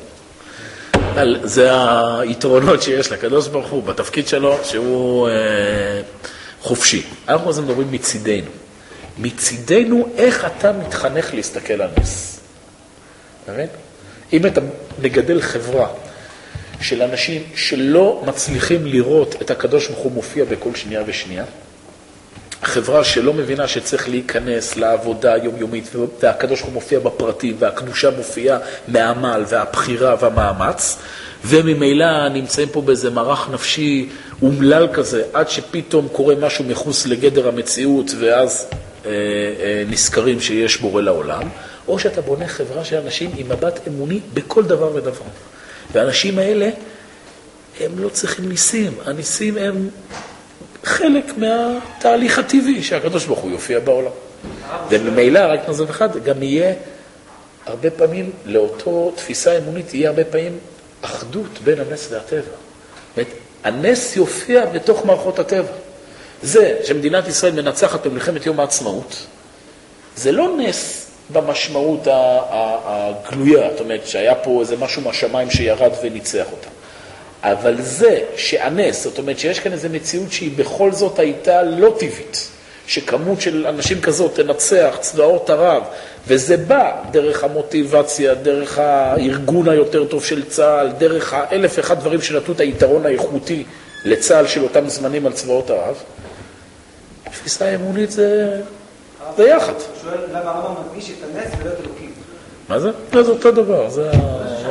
זה היתרונות שיש לקדוש ברוך הוא בתפקיד שלו, שהוא אה, חופשי. אנחנו אז מדברים מצידנו. מצידנו, איך אתה מתחנך להסתכל על נס. מבין? אם אתה מגדל חברה של אנשים שלא מצליחים לראות את הקדוש ברוך הוא מופיע בכל שנייה ושנייה, חברה שלא מבינה שצריך להיכנס לעבודה יומיומית, והקדוש ברוך הוא מופיע בפרטים, והקדושה מופיעה מהעמל והבחירה והמאמץ, וממילא נמצאים פה באיזה מערך נפשי אומלל כזה, עד שפתאום קורה משהו מחוץ לגדר המציאות, ואז אה, אה, נזכרים שיש בורא לעולם, או שאתה בונה חברה של אנשים עם מבט אמוני בכל דבר ודבר. והאנשים האלה, הם לא צריכים ניסים. הניסים הם חלק מהתהליך הטבעי שהקדוש ברוך הוא יופיע בעולם. וממילא, רק נזב אחד, גם יהיה הרבה פעמים, לאותו תפיסה אמונית, יהיה הרבה פעמים אחדות בין הנס והטבע. זאת אומרת, הנס יופיע בתוך מערכות הטבע. זה שמדינת ישראל מנצחת במלחמת יום העצמאות, זה לא נס במשמעות הגלויה, זאת אומרת שהיה פה איזה משהו מהשמיים שירד וניצח אותה. אבל זה שהנס, זאת אומרת שיש כאן איזו מציאות שהיא בכל זאת הייתה לא טבעית, שכמות של אנשים כזאת תנצח צבאות ערב, וזה בא דרך המוטיבציה, דרך הארגון היותר טוב של צה"ל, דרך האלף אחד דברים שנתנו את היתרון האיכותי לצה"ל של אותם זמנים על צבאות ערב. תפיסה האמונית זה... זה יחד. הוא שואל למה הרמב"ם מדגיש את הנס ולא את אלוקים. מה זה? זה אותו דבר, זה... אני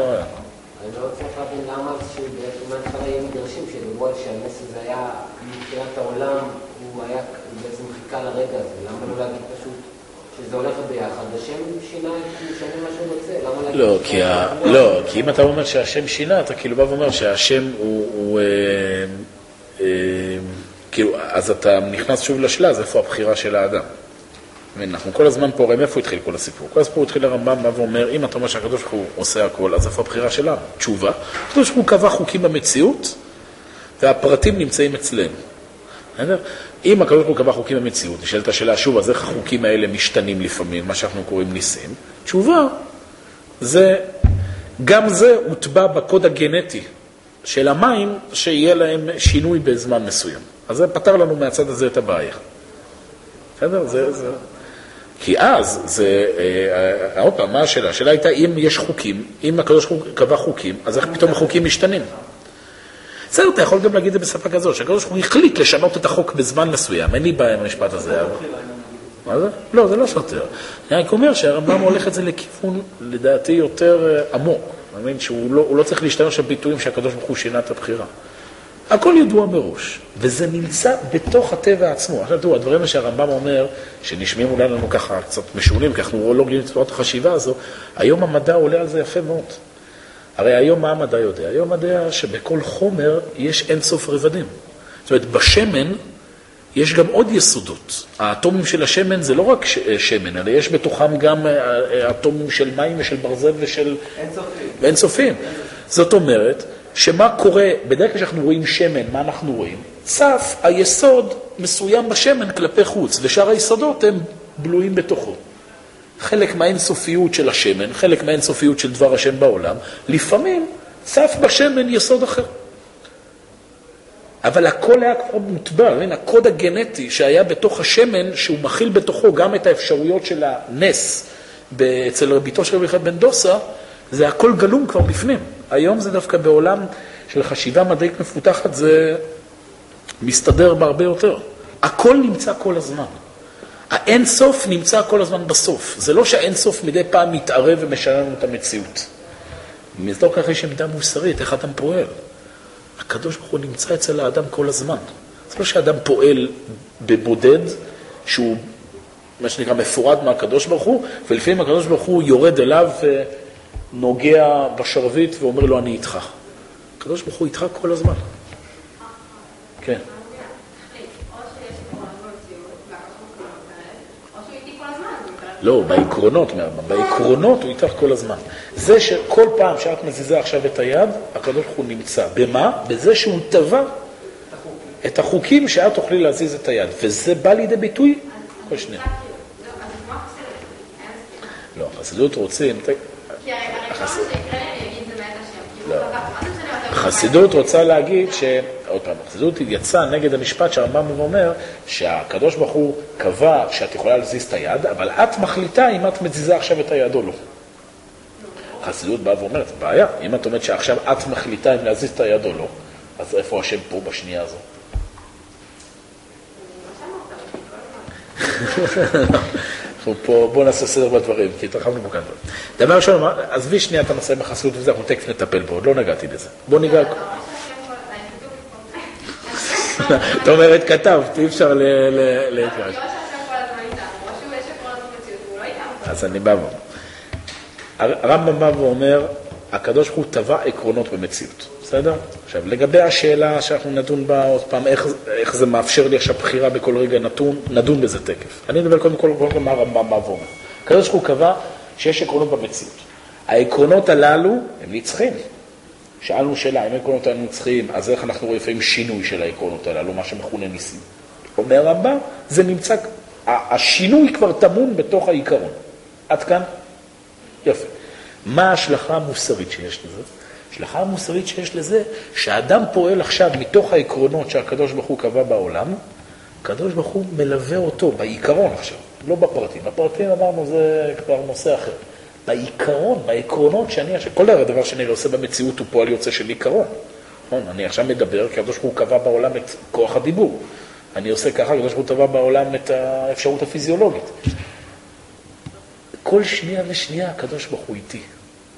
לא צריך להבין למה שבעצם מהתחלה יהיה מגרשים שדיברו על שהנס הזה היה מבחינת העולם, הוא היה בעצם חיכה לרגע הזה. למה לא להגיד פשוט שזה הולך ביחד? השם שינה משנה מה שהוא רוצה. לא, כי ה... לא, כי אם אתה אומר שהשם שינה, אתה כאילו בא ואומר שהשם הוא... כאילו, אז אתה נכנס שוב לשאלה, אז איפה הבחירה של האדם? אנחנו כל הזמן פה רואים איפה התחיל כל הסיפור. כל הסיפור התחיל לרמב"ם בא ואומר, אם אתה אומר שהקדוש ברוך הוא עושה הכל, אז איפה הבחירה שלנו? תשובה. הקדוש ברוך הוא קבע חוקים במציאות, והפרטים נמצאים אצלנו. אם הקדוש ברוך הוא קבע חוקים במציאות, נשאלת השאלה שוב, אז איך החוקים האלה משתנים לפעמים, מה שאנחנו קוראים ניסים? תשובה, זה, גם זה הוטבע בקוד הגנטי של המים, שיהיה להם שינוי בזמן מסוים. אז זה פתר לנו מהצד הזה את הבעיה. בסדר? זה, זה... כי אז, זה, אה, עוד פעם, מה השאלה? השאלה הייתה, אם יש חוקים, אם הקדוש ברוך הוא קבע חוקים, אז איך פתאום החוקים משתנים? בסדר, אתה יכול גם להגיד את זה בשפה כזאת, שהקדוש ברוך הוא החליט לשנות את החוק בזמן מסוים, אין לי בעיה עם המשפט הזה. מה זה? לא, זה לא סותר. אני רק אומר שהרמב"ם הולך את זה לכיוון, לדעתי, יותר עמוק. אני מבין שהוא לא, הוא לא צריך להשתמש בביטויים שהקדוש ברוך הוא שינה את הבחירה. הכל ידוע מראש, וזה נמצא בתוך הטבע עצמו. עכשיו תראו, הדברים שהרמב"ם אומר, שנשמעים אולי לנו ככה קצת משונים, כי אנחנו לא גילים את צורת החשיבה הזו, היום המדע עולה על זה יפה מאוד. הרי היום מה המדע יודע? היום המדע שבכל חומר יש אין סוף רבדים. זאת אומרת, בשמן יש גם עוד יסודות. האטומים של השמן זה לא רק שמן, אלא יש בתוכם גם אטומים של מים ושל ברזל ושל... אינסופיים. אינסופיים. זאת אומרת, שמה קורה, בדרך כלל שאנחנו רואים שמן, מה אנחנו רואים? צף היסוד מסוים בשמן כלפי חוץ, ושאר היסודות הם בלויים בתוכו. חלק מהאינסופיות של השמן, חלק מהאינסופיות של דבר השם בעולם, לפעמים צף בשמן יסוד אחר. אבל הכל היה כבר מוטבע, הקוד הגנטי שהיה בתוך השמן, שהוא מכיל בתוכו גם את האפשרויות של הנס, אצל רביתו של רבי יוחנן בן דוסה, זה הכל גלום כבר בפנים. היום זה דווקא בעולם של חשיבה מדעית מפותחת, זה מסתדר בהרבה יותר. הכל נמצא כל הזמן. האין סוף נמצא כל הזמן בסוף. זה לא שהאין סוף מדי פעם מתערב ומשנה לנו את המציאות. מזדור ככה יש מידה מוסרית, איך אדם פועל. הקדוש ברוך הוא נמצא אצל האדם כל הזמן. זה לא שהאדם פועל בבודד, שהוא מה שנקרא מפורד מהקדוש ברוך הוא, ולפעמים הקדוש ברוך הוא יורד אליו ונוגע בשרבית ואומר לו אני איתך. הקדוש ברוך הוא איתך כל הזמן. כן. לא, בעקרונות, בעקרונות הוא איתך כל הזמן. זה שכל פעם שאת מזיזה עכשיו את היד, הקדוש ברוך הוא נמצא. במה? בזה שהוא טבע את החוקים שאת תוכלי להזיז את היד. וזה בא לידי ביטוי כל שניה. לא, החסידות רוצים... כי הרי הרקדון שיקרה לי, אני אגיד זה מאת השם. החסידות רוצה להגיד ש... עוד פעם, החסידות יצא נגד המשפט שהרמב"ם אומר שהקדוש ברוך הוא קבע שאת יכולה להזיז את היד, אבל את מחליטה אם את מזיזה עכשיו את היד או לא. החסידות באה ואומרת, בעיה, אם את אומרת שעכשיו את מחליטה אם להזיז את היד או לא, אז איפה השם פה בשנייה הזו? פה, בואו נעשה סדר בדברים, כי התרחבנו פה כאן. דבר ראשון, עזבי שנייה את הנושא בחסידות וזה, אנחנו תכף נטפל בו, עוד לא נגעתי בזה. בואו ניגע... את אומרת, כתבת, אי אפשר להתרש. אז אני בא ואומר. הרמב"ם בא ואומר, הקדוש ברוך הוא טבע עקרונות במציאות. בסדר? עכשיו, לגבי השאלה שאנחנו נדון בה עוד פעם, איך, איך זה מאפשר לי עכשיו בחירה בכל רגע נתון, נדון בזה תקף. אני נדבר קודם כל, קודם כל מה הרמב"ם בא ואומר. הקדוש ברוך הוא קבע שיש עקרונות במציאות. העקרונות הללו הם נצחים. שאלנו שאלה, אם העקרונות האלה נצחים, אז איך אנחנו רואים לפעמים שינוי של העקרונות הללו, מה שמכונה ניסים. אומר הרמב"ם, זה נמצא, השינוי כבר טמון בתוך העיקרון. עד כאן? יפה. מה ההשלכה המוסרית שיש לזה? ההשלכה המוסרית שיש לזה, שהאדם פועל עכשיו מתוך העקרונות שהקדוש ברוך הוא קבע בעולם, הקדוש ברוך הוא מלווה אותו בעיקרון עכשיו, לא בפרטים. בפרטים אמרנו זה כבר נושא אחר. בעיקרון, בעקרונות שאני, כל דבר שאני עושה במציאות הוא פועל יוצא של עיקרון. אני עכשיו מדבר, כי הקדוש ברוך הוא קבע בעולם את כוח הדיבור. אני עושה ככה, הקדוש ברוך הוא קבע בעולם את האפשרות הפיזיולוגית. כל שנייה ושנייה הקדוש ברוך הוא איתי.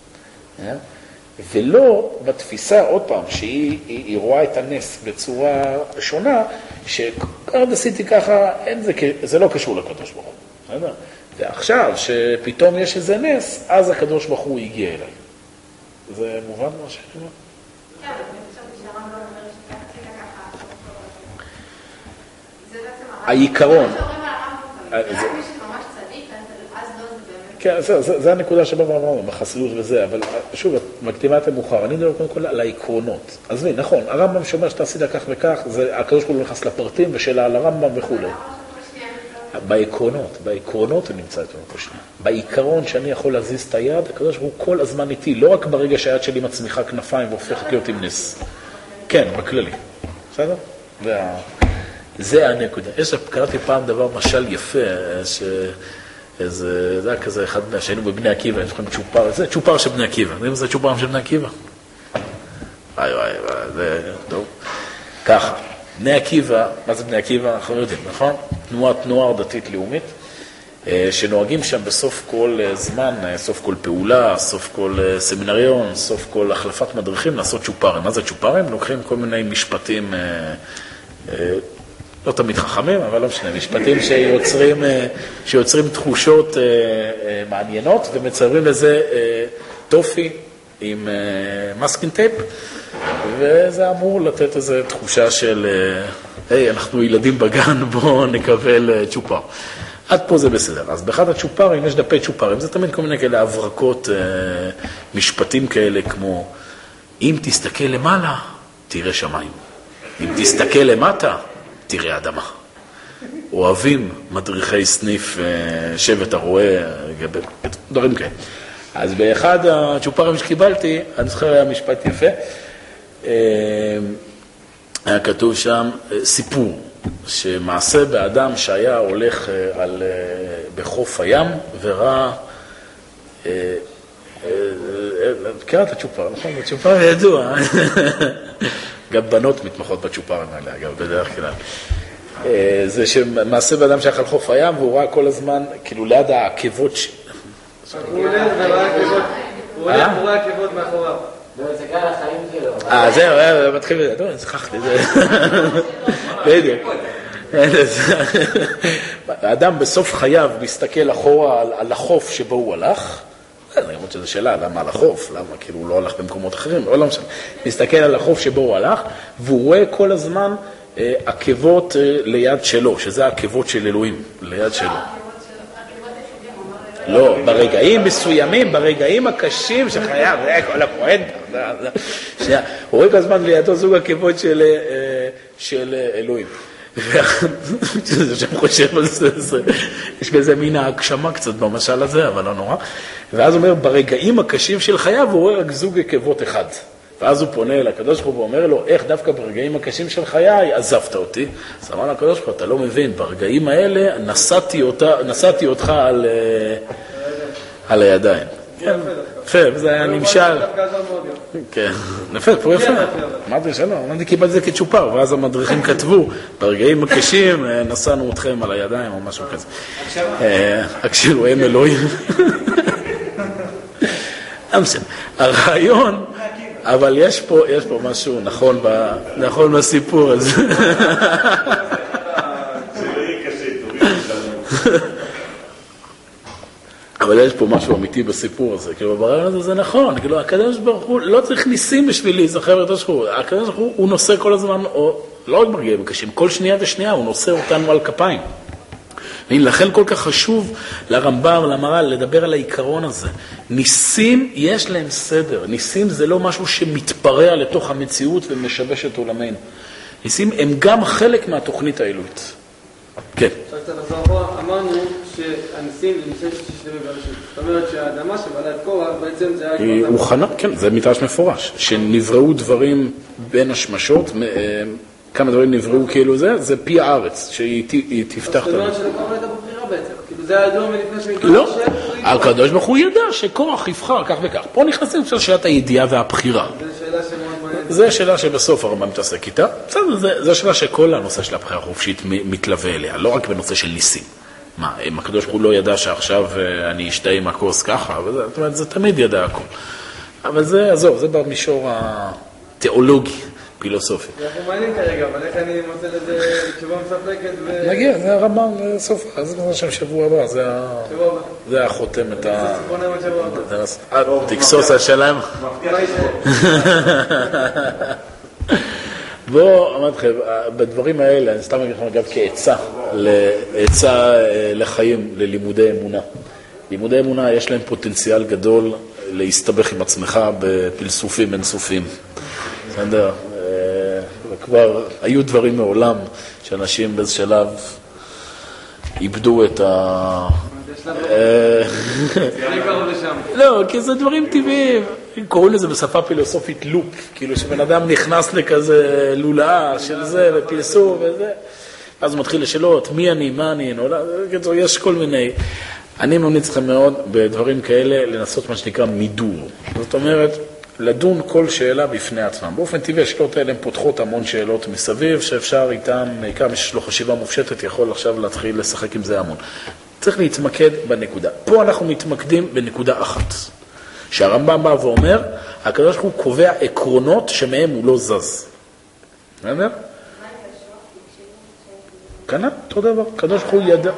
ולא בתפיסה, עוד פעם, שהיא היא, היא רואה את הנס בצורה שונה, שכרד עשיתי ככה, אין זה, זה לא קשור לקדוש ברוך הוא. ועכשיו, שפתאום יש איזה נס, אז הקדוש ברוך הוא הגיע אליי. זה מובן מה שאני אומר? כן, אני חושבת שהרמב"ם אומר שעשית ככה. זה בעצם העיקרון. מה שאומרים על הרמב"ם, רק מי שממש צדיק, אז לא זה באמת. כן, זה הנקודה שבא ואמרנו, בחסידות וזה, אבל שוב, את מקדימה את המאוחר, אני מדבר קודם כל על העקרונות. אז וי, נכון, הרמב"ם שאומר שאתה עשית כך וכך, הקדוש ברוך הוא נכנס לפרטים ושאלה על הרמב"ם וכו'. בעקרונות, בעקרונות הוא נמצא איתנו פה שנייה. בעיקרון שאני יכול להזיז את היד, הקדוש ברוך הוא כל הזמן איתי, לא רק ברגע שהיד שלי מצמיחה כנפיים והופכת להיות עם נס. כן, בכללי. בסדר? וה... זה הנקודה. יש, קראתי פעם דבר משל יפה, ש... איזה, זה היה כזה אחד שהיינו בבני עקיבא, יש לכם צ'ופר, זה צ'ופר של בני עקיבא. יודעים זה צ'ופר של בני עקיבא? וואי וואי וואי, זה טוב. ככה, בני עקיבא, מה זה בני עקיבא? אנחנו יודעים, נכון? תנועת נוער דתית לאומית, שנוהגים שם בסוף כל זמן, סוף כל פעולה, סוף כל סמינריון, סוף כל החלפת מדריכים, לעשות צ'ופרים. מה זה צ'ופרים? לוקחים כל מיני משפטים, לא תמיד חכמים, אבל לא משנה, משפטים שיוצרים, שיוצרים תחושות מעניינות, ומציירים לזה טופי עם מסקין טייפ, וזה אמור לתת איזו תחושה של, היי, אנחנו ילדים בגן, בואו נקבל צ'ופר. עד פה זה בסדר. אז באחד הצ'ופרים יש דפי צ'ופרים, זה תמיד כל מיני כאלה הברקות, משפטים כאלה כמו, אם תסתכל למעלה, תראה שמיים. אם תסתכל למטה, תראה אדמה. אוהבים מדריכי סניף שבט הרואה, דברים כאלה. אז באחד הצ'ופרים שקיבלתי, אני זוכר היה משפט יפה, היה כתוב שם סיפור, שמעשה באדם שהיה הולך על, בחוף הים וראה, קרא את הצ'ופר, נכון? הצ'ופר ידוע, גם בנות מתמחות בצ'ופרים האלה, אגב, בדרך כלל. זה שמעשה באדם שהיה על חוף הים והוא ראה כל הזמן, כאילו ליד העקבות, הוא הולך וראה עקבות, הוא הולך וראה עקבות מאחוריו. זה קרה לחיים שלו. אה, זהו, מתחיל בזה, טוב, אני שכחתי את זה. בדיוק. האדם בסוף חייו מסתכל אחורה על החוף שבו הוא הלך, אני חושב שזו שאלה, למה על החוף? למה? כאילו הוא לא הלך במקומות אחרים, לא משנה. מסתכל על החוף שבו הוא הלך, והוא רואה כל הזמן עקבות ליד שלו, שזה העקבות של אלוהים, ליד שלו. לא, ברגעים מסוימים, ברגעים הקשים שחייב, זה כל הפואנטה. הוא רואה כל הזמן לידו זוג עקבות של אלוהים. שאני חושב על זה, יש בזה מין ההגשמה קצת במשל הזה, אבל לא נורא. ואז הוא אומר, ברגעים הקשים של חייו הוא רואה רק זוג עקבות אחד. ואז הוא פונה אל הקדוש ברוך הוא ואומר לו, איך דווקא ברגעים הקשים של חיי עזבת אותי? אז אמר לקדוש ברוך הוא, אתה לא מבין, ברגעים האלה נשאתי אותה, נשאתי אותך על, על הידיים. כן, יפה, וזה היה נמשל. כן, נפה, פה יפה. אמרתי שלא, אמרתי קיבל את זה כצ'ופר, ואז המדריכים כתבו, ברגעים הקשים נשאנו אתכם על הידיים או משהו כזה. הקשילו הם אלוהים. אמסן, הרעיון, אבל יש פה, יש פה משהו נכון, ב, נכון בסיפור הזה. אבל יש פה משהו אמיתי בסיפור הזה, כאילו ברעיון הזה זה נכון, כאילו הקדוש ברוך הוא לא צריך ניסים בשביל להיזכר את השחור, הקדוש ברוך הוא הוא נושא כל הזמן, או לא רק ברגעים קשים, כל שנייה ושנייה הוא נושא אותנו על כפיים. ולכן כל כך חשוב לרמב"ם, למהר"ל, לדבר על העיקרון הזה. ניסים יש להם סדר, ניסים זה לא משהו שמתפרע לתוך המציאות ומשבש את עולמנו. ניסים הם גם חלק מהתוכנית האלוהית. כן. עכשיו קצת לחזור אחורה, אמרנו שהניסים זה ניסים ששלמים בראשית. זאת אומרת שהאדמה שבעלה את קורח בעצם זה היה... הוא חנה, כן, זה מדרש מפורש, שנבראו דברים בין השמשות, כמה דברים נבראו כאילו זה, זה פי הארץ, שהיא תפתח את... זאת אומרת שלקורח הייתה בבחירה בעצם, כאילו זה היה דור מלפני שמתראה לא, הקדוש ברוך הוא ידע שקורח יבחר כך וכך. פה נכנסים של שאלת הידיעה והבחירה. זו שאלה שמאוד מעניינת. זו שאלה שבסוף הרמב"ם מתעסק איתה. בסדר, זו שאלה שכל הנושא של הבחירה החופשית מתלווה אליה, לא רק בנושא של ניסים. מה, אם הקדוש ברוך הוא לא ידע שעכשיו אני אשתה עם הכוס ככה, זאת אומרת, זה תמיד ידע הכל. אבל זה, עזוב, זה במישור התיאולוגי, פילוסופי. אנחנו מעניינים כרגע, אבל איך אני מוצא לזה תשובה מספקת ו... נגיע, זה הרמב"ם לסוף, זה מה שם שבוע הבא, זה החותם את ה... תקסוס על שלם. בואו, אמרתי לכם, בדברים האלה, אני סתם אגיד לכם אגב כעצה, לעצה לחיים, ללימודי אמונה. לימודי אמונה יש להם פוטנציאל גדול להסתבך עם עצמך בפלסופים אינסופיים. בסדר? וכבר היו דברים מעולם שאנשים באיזה שלב איבדו את ה... לא, כי זה דברים טבעיים. קוראים לזה בשפה פילוסופית לופ, כאילו שבן אדם נכנס לכזה לולאה של זה ופילסוף וזה, אז הוא מתחיל לשאלות מי אני, מה אני, יש כל מיני. אני ממליץ לכם מאוד בדברים כאלה לנסות מה שנקרא מידור. זאת אומרת, לדון כל שאלה בפני עצמם. באופן טבעי השאלות האלה הן פותחות המון שאלות מסביב, שאפשר איתם, בעיקר מי שיש לו חשיבה מופשטת, יכול עכשיו להתחיל לשחק עם זה המון. צריך להתמקד בנקודה. פה אנחנו מתמקדים בנקודה אחת. שהרמב"ם בא ואומר, הקדוש ברוך הוא קובע עקרונות שמהם הוא לא זז. מה אומר? כאן, אותו דבר. הקדוש ברוך הוא ידע.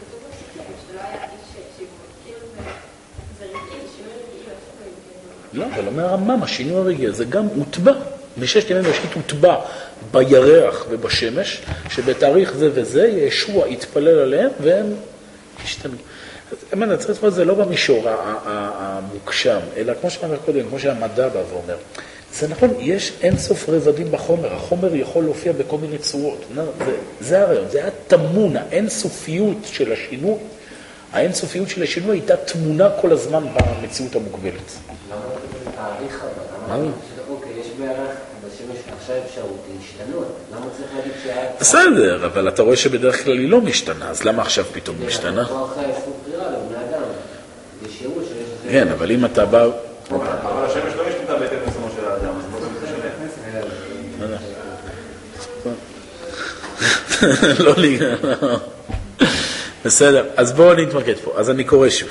לא, אבל אומר הרמב"ם, השינוי הרגעי הזה גם הוטבע, בששת ימי בראשית הוטבע בירח ובשמש, שבתאריך זה וזה ישוע יתפלל עליהם והם ישתנו. אני צריך לומר, זה לא במישור המוקשם, אלא כמו שאמר קודם, כמו שהמדע בא ואומר. זה נכון, יש אינסוף רבדים בחומר, החומר יכול להופיע בכל מיני צורות. זה, זה הרעיון, זה היה תמונה, האינסופיות של השינוי, האינסופיות של השינוי הייתה תמונה כל הזמן במציאות המוגבלת. למה לא כתוב תאריך אבל? מה? אוקיי, יש בערך בשמש עכשיו אפשרות להשתנות, למה צריך להגיד שהיה... בסדר, אבל אתה רואה שבדרך כלל היא לא משתנה, אז למה עכשיו פתאום משתנה? זה אחרי זכות בחירה לבני אדם, יש שיעור שיש... כן, אבל אם אתה בא... אבל השמש לא משתנה בהתאם לצומו של האדם, אז לא זה משנה. לא לי... בסדר, אז בואו נתמקד פה. אז אני קורא שוב.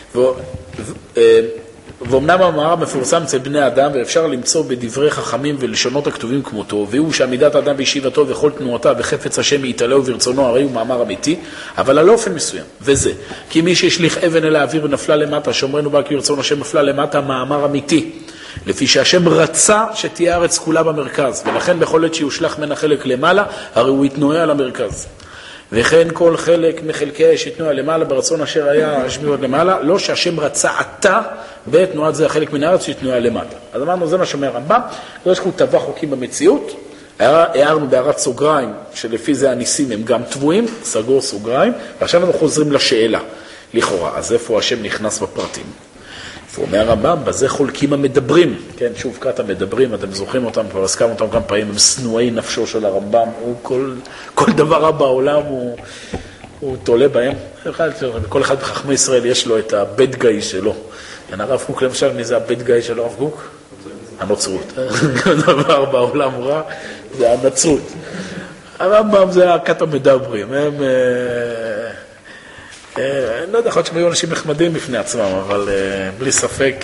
ואומנם המאמר מפורסם אצל בני אדם, ואפשר למצוא בדברי חכמים ולשונות הכתובים כמותו, והוא שעמידת האדם בישיבתו וכל תנועותיו וחפץ השם יתעלהו ברצונו, הרי הוא מאמר אמיתי, אבל על אופן מסוים, וזה, כי מי שהשליך אבן אל האוויר ונפלה למטה, שאומרנו בה כי רצון השם נפלה למטה, מאמר אמיתי, לפי שהשם רצה שתהיה הארץ כולה במרכז, ולכן בכל עת שיושלח מן החלק למעלה, הרי הוא יתנועה למרכז. וכן כל חלק מחלקי האש יתנועה למעלה ברצון אשר היה השמיעות למעלה, לא שהשם רצה עתה בתנועת זה החלק מן הארץ שיתנועה למטה. אז אמרנו, זה מה שאומר הרמב"ם, יש לנו טבע חוקים במציאות, הערנו בהערת סוגריים שלפי זה הניסים הם גם טבועים, סגור סוגריים, ועכשיו אנחנו חוזרים לשאלה, לכאורה, אז איפה השם נכנס בפרטים? ואומר הרמב"ם, בזה חולקים המדברים, כן, שוב, כת המדברים, אתם זוכרים אותם, כבר הזכרנו אותם כמה פעמים, הם שנואי נפשו של הרמב"ם, הוא כל, כל דבר רע בעולם הוא, הוא תולה בהם, כל אחד בחכמי ישראל יש לו את הבד גאי שלו. הרב קוק למשל, מי זה הבד גאי של הרב קוק? הנוצרות. דבר בעולם רע, זה הנצרות. הרמב"ם זה הכת המדברים, הם... אני לא יודע, יכול להיות שהם היו אנשים נחמדים בפני עצמם, אבל בלי ספק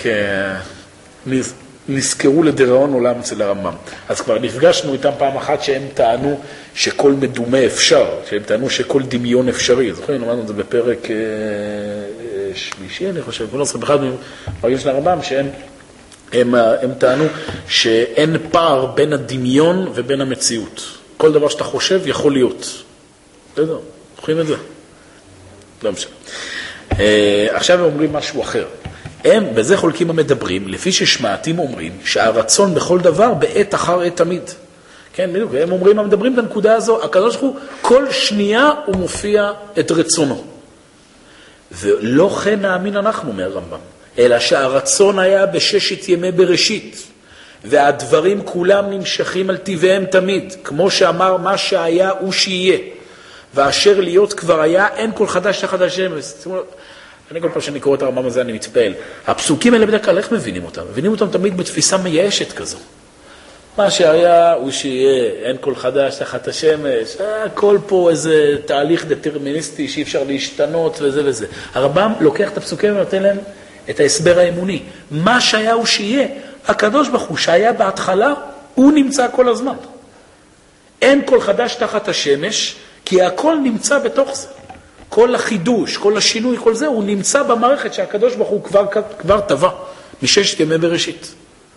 נזכרו לדיראון עולם אצל הרמב"ם. אז כבר נפגשנו איתם פעם אחת שהם טענו שכל מדומה אפשר, שהם טענו שכל דמיון אפשרי. זוכרים, אמרנו את זה בפרק שלישי, אני חושב, כל עשרה באחד מהפרקים של הרמב"ם, שהם הם, הם טענו שאין פער בין הדמיון ובין המציאות. כל דבר שאתה חושב יכול להיות. לא יודע, זוכרים את זה? לא משנה. עכשיו הם אומרים משהו אחר. הם, בזה חולקים המדברים, לפי ששמעתים אומרים שהרצון בכל דבר בעת אחר עת תמיד. כן, בדיוק, הם אומרים, הם מדברים את הנקודה הזו, הקדוש ברוך הוא, כל שנייה הוא מופיע את רצונו. ולא כן נאמין אנחנו, אומר הרמב"ם, אלא שהרצון היה בששת ימי בראשית, והדברים כולם נמשכים על טבעיהם תמיד, כמו שאמר מה שהיה הוא שיהיה. ואשר להיות כבר היה, אין כל חדש תחת השם. אני כל פעם שאני קורא את הרמב"ם הזה, אני מתפעל. הפסוקים האלה בדרך כלל, איך מבינים אותם? מבינים אותם תמיד בתפיסה מייאשת כזו. מה שהיה הוא שיהיה, אין כל חדש תחת השמש, הכל פה איזה תהליך דטרמיניסטי שאי אפשר להשתנות וזה וזה. הרמב"ם לוקח את הפסוקים ונותן להם את ההסבר האמוני. מה שהיה הוא שיהיה, הקדוש ברוך הוא שהיה בהתחלה, הוא נמצא כל הזמן. אין כל חדש תחת השמש, כי הכל נמצא בתוך זה. כל החידוש, כל השינוי, כל זה, הוא נמצא במערכת שהקדוש ברוך הוא כבר, כבר טבע, מששת ימי בראשית.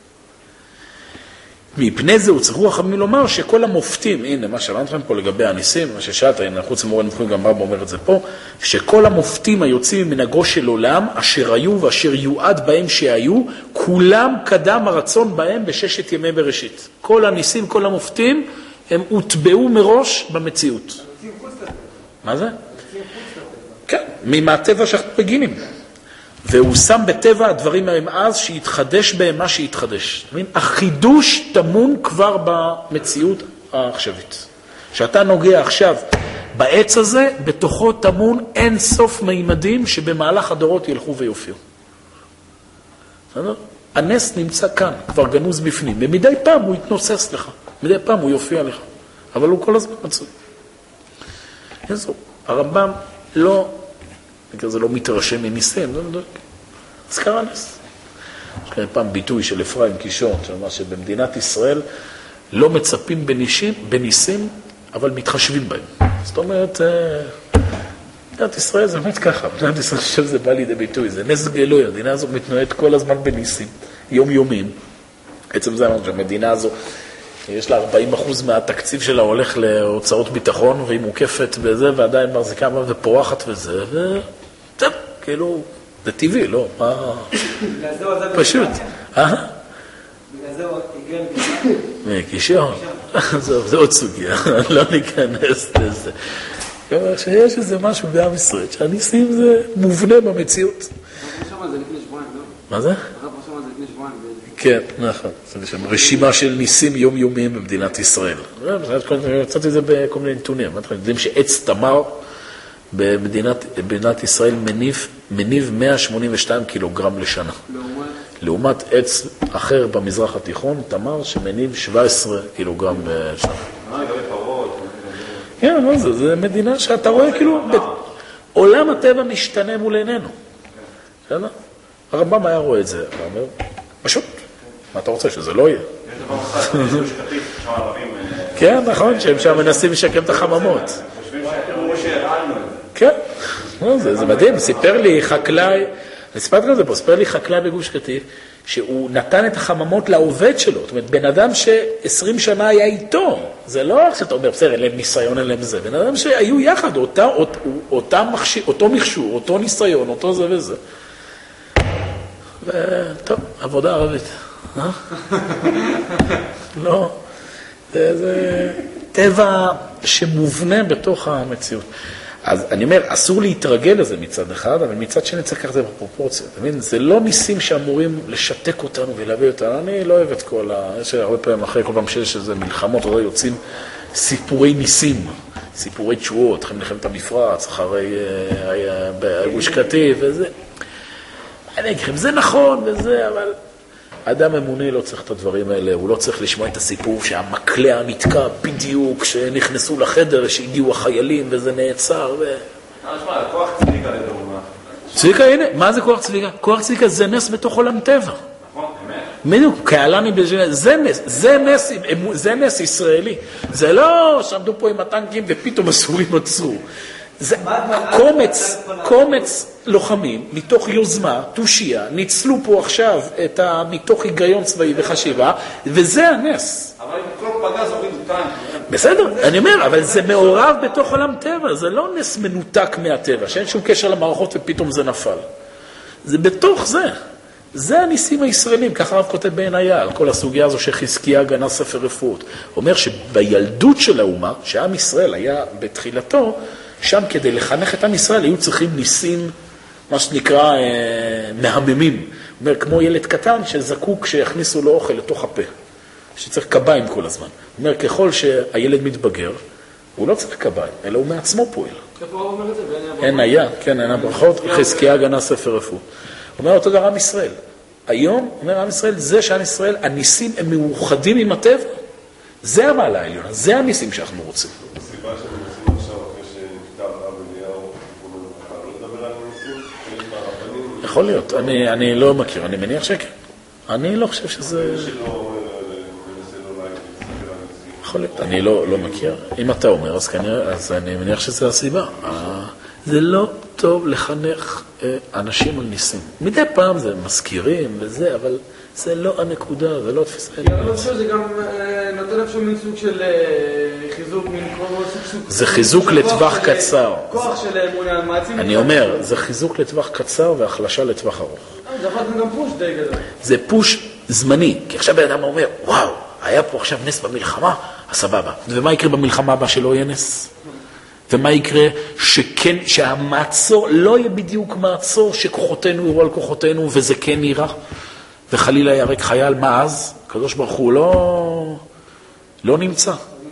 מפני זה הוא צריך רוחמים לומר שכל המופתים, הנה מה שאמרנו לכם פה לגבי הניסים, מה ששאלת, הנה חוץ ממורה נבחרים גם רב אומר את זה פה, שכל המופתים היוצאים ממנהגו של עולם, אשר היו ואשר יועד בהם שהיו, כולם קדם הרצון בהם בששת ימי בראשית. כל הניסים, כל המופתים, הם הוטבעו מראש במציאות. מה זה? כן, מהטבע שאנחנו מגינים. והוא שם בטבע הדברים מהם אז שיתחדש בהם מה שיתחדש. החידוש תמון כבר במציאות העכשווית. שאתה נוגע עכשיו בעץ הזה, בתוכו תמון אין סוף מימדים שבמהלך הדורות ילכו ויופיעו. הנס נמצא כאן, כבר גנוז בפנים, ומדי פעם הוא יתנוסס לך, מדי פעם הוא יופיע לך, אבל הוא כל הזמן מצוי. איזו, הרמב"ם לא, זה לא מתרשם מניסים, לא יודע, אז קרה נס. יש כאן פעם ביטוי של אפרים קישון, שאומר שבמדינת ישראל לא מצפים בניסים, בניסים, אבל מתחשבים בהם. זאת אומרת, מדינת ישראל זה באמת ככה, מדינת ישראל חושב שזה בא לידי ביטוי, זה נס גלוי, המדינה הזאת מתנועדת כל הזמן בניסים. יומיומיים. עצם זה אמרנו שהמדינה הזו, יש לה ארבעים אחוז מהתקציב שלה הולך להוצאות ביטחון, והיא מוקפת בזה, ועדיין מחזיקה ופורחת וזה, וטוב, כאילו, זה טבעי, לא? מה... פשוט. אה? בגלל זה הוא הגיע קישון. זה עוד סוגיה, לא ניכנס לזה. כלומר, שיש איזה משהו בעם ישראל, שהניסים זה מובנה במציאות. שם זה לפני שבועיים, לא? מה זה? הרב שם זה לפני שבועיים. כן, נכון. זה שם רשימה של ניסים יומיומיים במדינת ישראל. קצת את זה בכל מיני נתונים. יודעים שעץ תמר במדינת ישראל מניב, מניב מאה שמונים ושתיים קילוגרם לשנה. לעומת? לעומת עץ אחר במזרח התיכון, תמר, שמניב שבע עשרה קילוגרם בשנה. אה, גם פרות. כן, לא, זה, זה מדינה שאתה רואה כאילו, עולם הטבע משתנה מול עינינו. בסדר? הרמב"ם היה רואה את זה, הוא אומר, פשוט, מה אתה רוצה, שזה לא יהיה? יש דבר אחד, יש שכתיב, שם ערבים... כן, נכון, שהם שם מנסים לשקם את החממות. חושבים שהרעלנו את זה. זה מדהים, סיפר לי חקלאי, אני סיפרתי על זה פה, סיפר לי חקלאי בגוש קטיף, שהוא נתן את החממות לעובד שלו, זאת אומרת, בן אדם ש-עשרים שנה היה איתו, זה לא איך שאתה אומר, בסדר, אין להם ניסיון, אין להם זה, בן אדם שהיו יחד, אותה, אות, אותה מחשיר, אותו מכשור, אותו ניסיון, אותו זה וזה. וטוב, עבודה ערבית. אה? לא, זה, זה טבע שמובנה בתוך המציאות. אז אני אומר, אסור להתרגל לזה מצד אחד, אבל מצד שני צריך לקחת את זה בפרופורציה. אתה מבין? זה לא ניסים שאמורים לשתק אותנו ולהביא אותנו. אני לא אוהב את כל ה... יש הרבה פעמים אחרי כל פעם שיש איזה מלחמות, או יוצאים סיפורי ניסים, סיפורי תשועות, אחרי מלחמת המפרץ, אחרי גוש קטיף וזה. אני אגיד לכם, זה נכון וזה, אבל אדם אמוני לא צריך את הדברים האלה, הוא לא צריך לשמוע את הסיפור שהמקלע נתקע בדיוק, שנכנסו לחדר, שהגיעו החיילים וזה נעצר. ו... אה, שמע, כוח צביקה לדוגמה. צביקה, הנה, מה זה כוח צביקה? כוח צביקה זה נס בתוך עולם טבע. נכון, אמת. בדיוק, קהלני בג'נס, זה נס, זה נס, זה נס ישראלי. זה לא שעמדו פה עם הטנקים ופתאום הסורים עצרו. זה קומץ, קומץ לוחמים, מתוך יוזמה, תושייה, ניצלו פה עכשיו את ה... מתוך היגיון צבאי וחשיבה, וזה הנס. אבל אם כל פגז הורידו טנק. בסדר, אני אומר, אבל זה מעורב בתוך עולם טבע, זה לא נס מנותק מהטבע, שאין שום קשר למערכות ופתאום זה נפל. זה בתוך זה. זה הניסים הישראלים, ככה הרב כותב בעין היה, על כל הסוגיה הזו שחזקיה גנז ספר רפואות. הוא אומר שבילדות של האומה, שעם ישראל היה בתחילתו, שם כדי לחנך את עם ישראל היו צריכים ניסים, מה שנקרא, אה, מהממים. הוא אומר, כמו ילד קטן שזקוק שיכניסו לו אוכל לתוך הפה, שצריך קביים כל הזמן. הוא אומר, ככל שהילד מתבגר, הוא לא צריך קביים, אלא הוא מעצמו פועל. איפה הוא אומר את זה? אין היה, כן, אין הברכות, חזקיה גנז ספר רפואות. הוא אומר, אותו דבר עם ישראל. היום, אומר עם ישראל, זה שעם ישראל, הניסים הם מאוחדים עם הטבע. זה המעלה העליונה, זה הניסים שאנחנו רוצים. הסיבה שאתם רוצים עכשיו, אחרי שנפטר רב אליהו, לא לדבר על הניסים, שיש ברבנים... יכול להיות, אני, אני לא מכיר, אני מניח שכן. אני לא חושב שזה... שלא מנסה לא להגיד, להסתכל על הניסים. יכול להיות, אני לא, לא מכיר. אם אתה אומר, אז כנראה, אז אני מניח שזה הסיבה. זה לא טוב לחנך אנשים על ניסים. מדי פעם זה מזכירים וזה, אבל זה לא הנקודה, זה לא תפיסה. אני חושב שזה גם נותן אפשר מין סוג של חיזוק, מין סוג... זה חיזוק לטווח קצר. כוח של אמונה, מעצים... אני אומר, זה חיזוק לטווח קצר והחלשה לטווח ארוך. זה יכול להיות גם פוש די גדול. זה פוש זמני, כי עכשיו בן אדם אומר, וואו, היה פה עכשיו נס במלחמה, אז סבבה. ומה יקרה במלחמה הבאה שלא יהיה נס? ומה יקרה שכן, שהמעצור לא יהיה בדיוק מעצור שכוחותינו יראו על כוחותינו וזה כן נראה וחלילה ירק חייל, מה אז? הקדוש ברוך הוא לא, לא נמצא.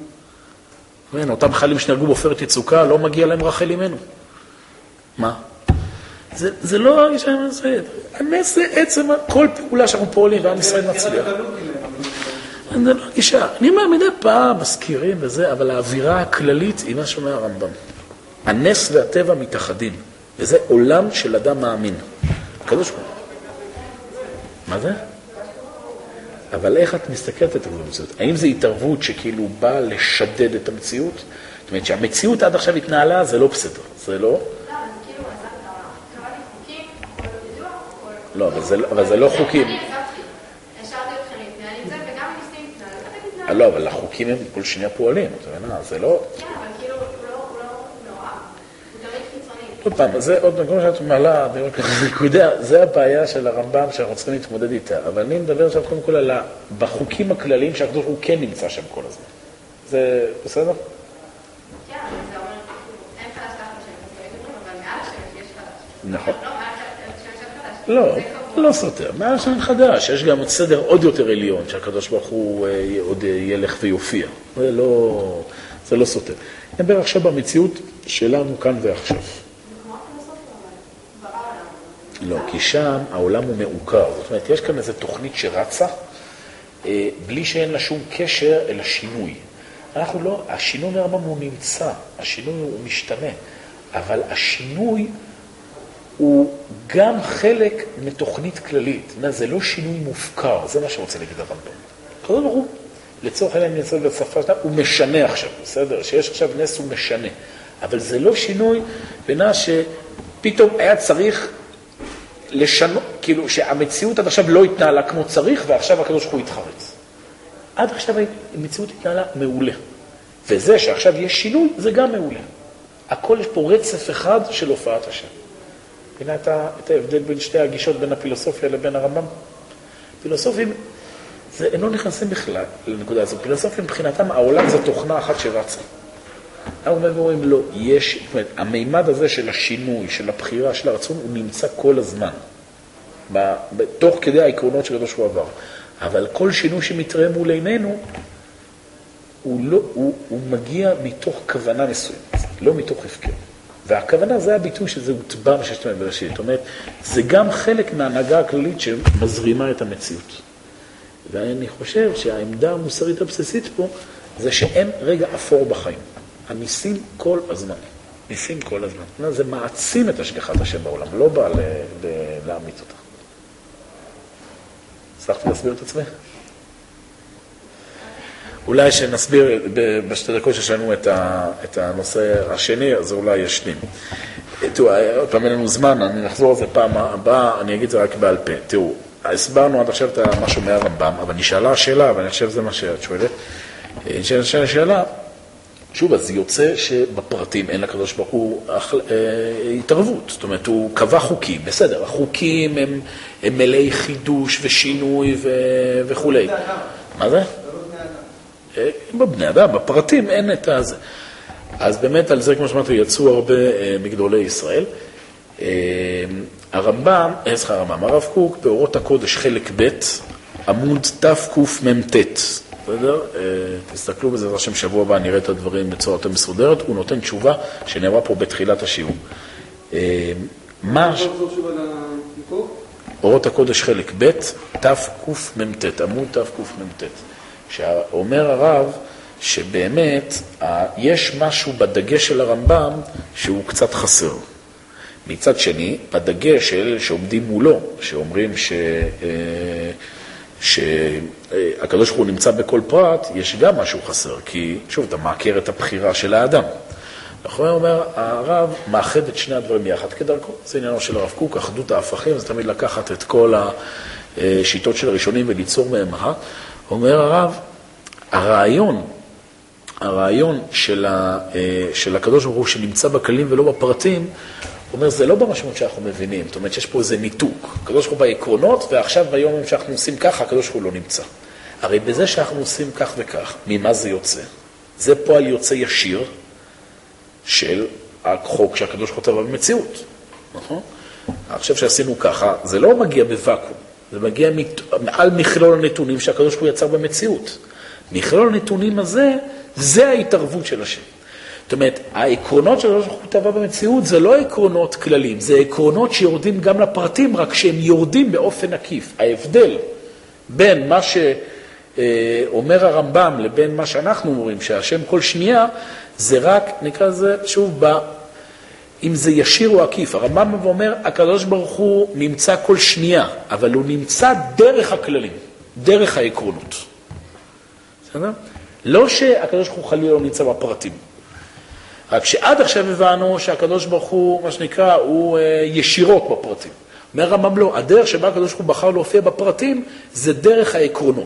ואין, אותם חיילים שנהרגו בעופרת יצוקה, לא מגיע להם רחל אימנו. מה? זה, זה לא הרגישה עם זה. הנס זה עצם כל פעולה שאנחנו פועלים ועם ישראל מצליח. זה לא הרגישה. אני אומר, מדי פעם מזכירים וזה, אבל האווירה הכללית היא מה שאומר הרמב"ם. הנס והטבע מתאחדים, וזה עולם של אדם מאמין. הקדוש ברוך הוא. מה זה? אבל איך את מסתכלת את המציאות? האם זו התערבות שכאילו באה לשדד את המציאות? זאת אומרת שהמציאות עד עכשיו התנהלה, זה לא בסדר. זה לא? לא, אבל זה לא חוקים. לא, אבל החוקים הם כל שנייה פועלים, זה לא... כן, אבל כאילו הוא לא נורא, הוא תמיד חיצוני. עוד פעם, זה עוד נקודה שאת מעלה, זה הבעיה של הרמב"ם שאנחנו צריכים להתמודד איתה, אבל אני מדבר עכשיו קודם כל על בחוקים הכלליים שהקדוש הוא כן נמצא שם כל הזמן. זה בסדר? כן, אבל זה אומר, אין חדש תחת השם, אבל מעל השם יש חדש. נכון. לא, מעל השם יש חדש. לא, לא סותר. מעל השם חדש, יש גם סדר עוד יותר עליון, שהקדוש ברוך הוא עוד ילך ויופיע. זה לא, זה לא סותר. נדבר עכשיו במציאות שלנו כאן ועכשיו. לא, כי שם העולם הוא מעוקר. זאת אומרת, יש כאן איזו תוכנית שרצה, בלי שאין לה שום קשר אל השינוי. אנחנו לא, השינוי מהרמב"ם הוא נמצא, השינוי הוא משתנה, אבל השינוי הוא גם חלק מתוכנית כללית. זה לא שינוי מופקר, זה מה שרוצה להגיד הרמב"ם. כזה ברור, לצורך העניין נמצא בשפה שלנו, הוא משנה עכשיו, בסדר? שיש עכשיו נס הוא משנה. אבל זה לא שינוי בינה שפתאום היה צריך לשנות, כאילו שהמציאות עד עכשיו לא התנהלה כמו צריך, ועכשיו הקדוש ברוך הוא התחרץ. עד עכשיו המציאות התנהלה מעולה. וזה שעכשיו יש שינוי, זה גם מעולה. הכל יש פה רצף אחד של הופעת השם. הנה את ההבדל בין שתי הגישות, בין הפילוסופיה לבין הרמב"ם. פילוסופים, זה, הם לא נכנסים בכלל לנקודה הזאת. פילוסופים מבחינתם, העולם זה תוכנה אחת שרצה. אנחנו אומרים, לא, יש, זאת אומרת, המימד הזה של השינוי, של הבחירה, של הרצון, הוא נמצא כל הזמן. תוך כדי העקרונות של הקדוש ברוך הוא עבר. אבל כל שינוי שמתראה מול עינינו, הוא, לא, הוא, הוא מגיע מתוך כוונה מסוימת, לא מתוך הפקר. והכוונה זה הביטוי שזה הוטבע בששת ימי בראשית. זאת אומרת, זה גם חלק מההנהגה הכללית שמזרימה את המציאות. ואני חושב שהעמדה המוסרית הבסיסית פה, זה שאין רגע אפור בחיים. הניסים כל הזמן. ניסים כל הזמן. זה מעצים את השגחת השם בעולם, לא בא ל- ל- להמיץ אותה. הצלחתי להסביר את עצמי? אולי שנסביר בשתי דקות שיש לנו את, ה, את הנושא השני, אז אולי ישלים. תראו, עוד פעם אין לנו זמן, אני נחזור על זה פעם הבאה, אני אגיד את זה רק בעל פה. תראו, הסברנו עד עכשיו את משהו מהרמב"ם, אבל נשאלה השאלה, ואני חושב שזה מה שאת שואלת. נשאלה השאלה, שוב, אז יוצא שבפרטים אין לקדוש ברוך הוא התערבות. זאת אומרת, הוא קבע חוקים, בסדר, החוקים הם, הם מלאי חידוש ושינוי ו... וכו'. מה זה? בבני אדם, בפרטים אין את הזה. אז באמת על זה, כמו שאמרתי, יצאו הרבה מגדולי ישראל. הרמב"ם, איך הרמב"ם, הרב קוק, באורות הקודש חלק ב' עמוד תקמ"ט. בסדר? תסתכלו בזה, זה השם שבוע הבא, נראה את הדברים בצורה יותר מסודרת. הוא נותן תשובה שנאמרה פה בתחילת השיעור. מה... אורות הקודש חלק ב' תקמ"ט, עמוד תקמ"ט. שאומר הרב שבאמת יש משהו בדגש של הרמב"ם שהוא קצת חסר. מצד שני, בדגש של אלה שעומדים מולו, שאומרים ש... שהקדוש ברוך הוא נמצא בכל פרט, יש גם משהו חסר, כי שוב, אתה מעקר את הבחירה של האדם. לכן אומר, הרב מאחד את שני הדברים יחד כדרכו. זה עניינו של הרב קוק, אחדות ההפכים, זה תמיד לקחת את כל השיטות של הראשונים וליצור מהם אחת. אומר הרב, הרעיון, הרעיון של, ה, של הקדוש ברוך הוא שנמצא בכלים ולא בפרטים, אומר, זה לא במשמעות שאנחנו מבינים. זאת אומרת, שיש פה איזה ניתוק. הקדוש ברוך הוא בעקרונות, ועכשיו ביום שאנחנו עושים ככה, הקדוש ברוך הוא לא נמצא. הרי בזה שאנחנו עושים כך וכך, ממה זה יוצא? זה פועל יוצא ישיר של החוק שהקדוש ברוך הוא טבע במציאות. נכון? עכשיו שעשינו ככה, זה לא מגיע בוואקום. זה מגיע מעל מכלול הנתונים שהקדוש ברוך הוא יצר במציאות. מכלול הנתונים הזה, זה ההתערבות של השם. זאת אומרת, העקרונות שהקדוש ברוך הוא טבע במציאות זה לא עקרונות כלליים, זה עקרונות שיורדים גם לפרטים, רק שהם יורדים באופן עקיף. ההבדל בין מה שאומר הרמב"ם לבין מה שאנחנו אומרים, שהשם כל שנייה, זה רק, נקרא לזה, שוב, בא, אם זה ישיר או עקיף. הרמב"ם אומר, הקדוש ברוך הוא נמצא כל שנייה, אבל הוא נמצא דרך הכללים, דרך העקרונות. בסדר? לא שהקדוש ברוך הוא חלילה לא נמצא בפרטים. רק שעד עכשיו הבנו שהקדוש ברוך הוא, מה שנקרא, הוא ישירות בפרטים. אומר הרמב"ם לא, הדרך שבה הקדוש ברוך הוא בחר להופיע בפרטים, זה דרך העקרונות.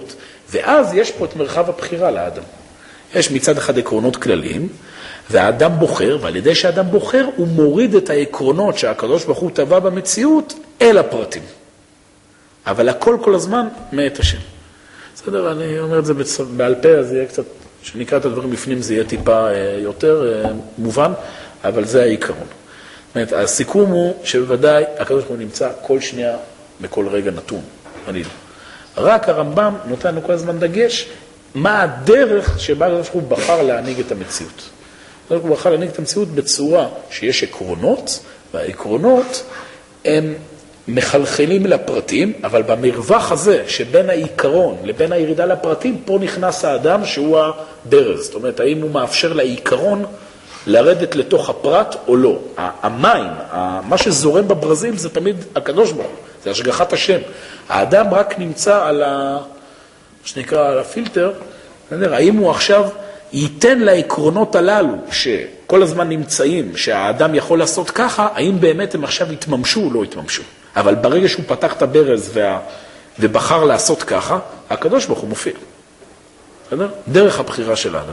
ואז יש פה את מרחב הבחירה לאדם. יש מצד אחד עקרונות כלליים, והאדם בוחר, ועל ידי שהאדם בוחר, הוא מוריד את העקרונות שהקדוש ברוך הוא טבע במציאות אל הפרטים. אבל הכל כל הזמן מאת השם. בסדר, אני אומר את זה בעל פה, אז יהיה קצת, שנקרא את הדברים בפנים, זה יהיה טיפה יותר מובן, אבל זה העיקרון. זאת אומרת, הסיכום הוא שבוודאי הקדוש ברוך הוא נמצא כל שנייה בכל רגע נתון. אני לא. רק הרמב"ם נותן לנו כל הזמן דגש, מה הדרך שבה הקדוש ברוך הוא בחר להנהיג את המציאות. הקדוש ברוך הוא בחר להנהיג את המציאות בצורה שיש עקרונות, והעקרונות הם מחלחלים לפרטים, אבל במרווח הזה שבין העיקרון לבין הירידה לפרטים, פה נכנס האדם שהוא הברז. זאת אומרת, האם הוא מאפשר לעיקרון לרדת לתוך הפרט או לא. המים, מה שזורם בברזים זה תמיד הקדוש ברוך הוא, זה השגחת השם. האדם רק נמצא על ה... שנקרא על הפילטר, האם הוא עכשיו ייתן לעקרונות הללו שכל הזמן נמצאים, שהאדם יכול לעשות ככה, האם באמת הם עכשיו יתממשו או לא יתממשו. אבל ברגע שהוא פתח את הברז וה... ובחר לעשות ככה, הקדוש ברוך הוא מופיע. בסדר? דרך הבחירה של האדם.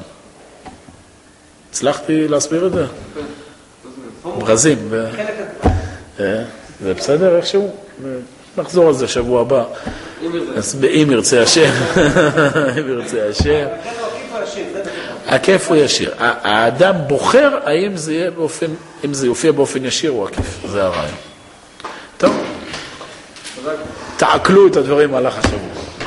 הצלחתי להסביר את זה? ברזים. ו... זה בסדר איכשהו? נחזור על זה שבוע הבא. אם ירצה השם. אם ירצה השם. הכיף הוא ישיר. האדם בוחר האם זה יהיה באופן, אם זה יופיע באופן ישיר או עקיף. זה הרעיון. טוב. תעכלו את הדברים מהלך השבוע.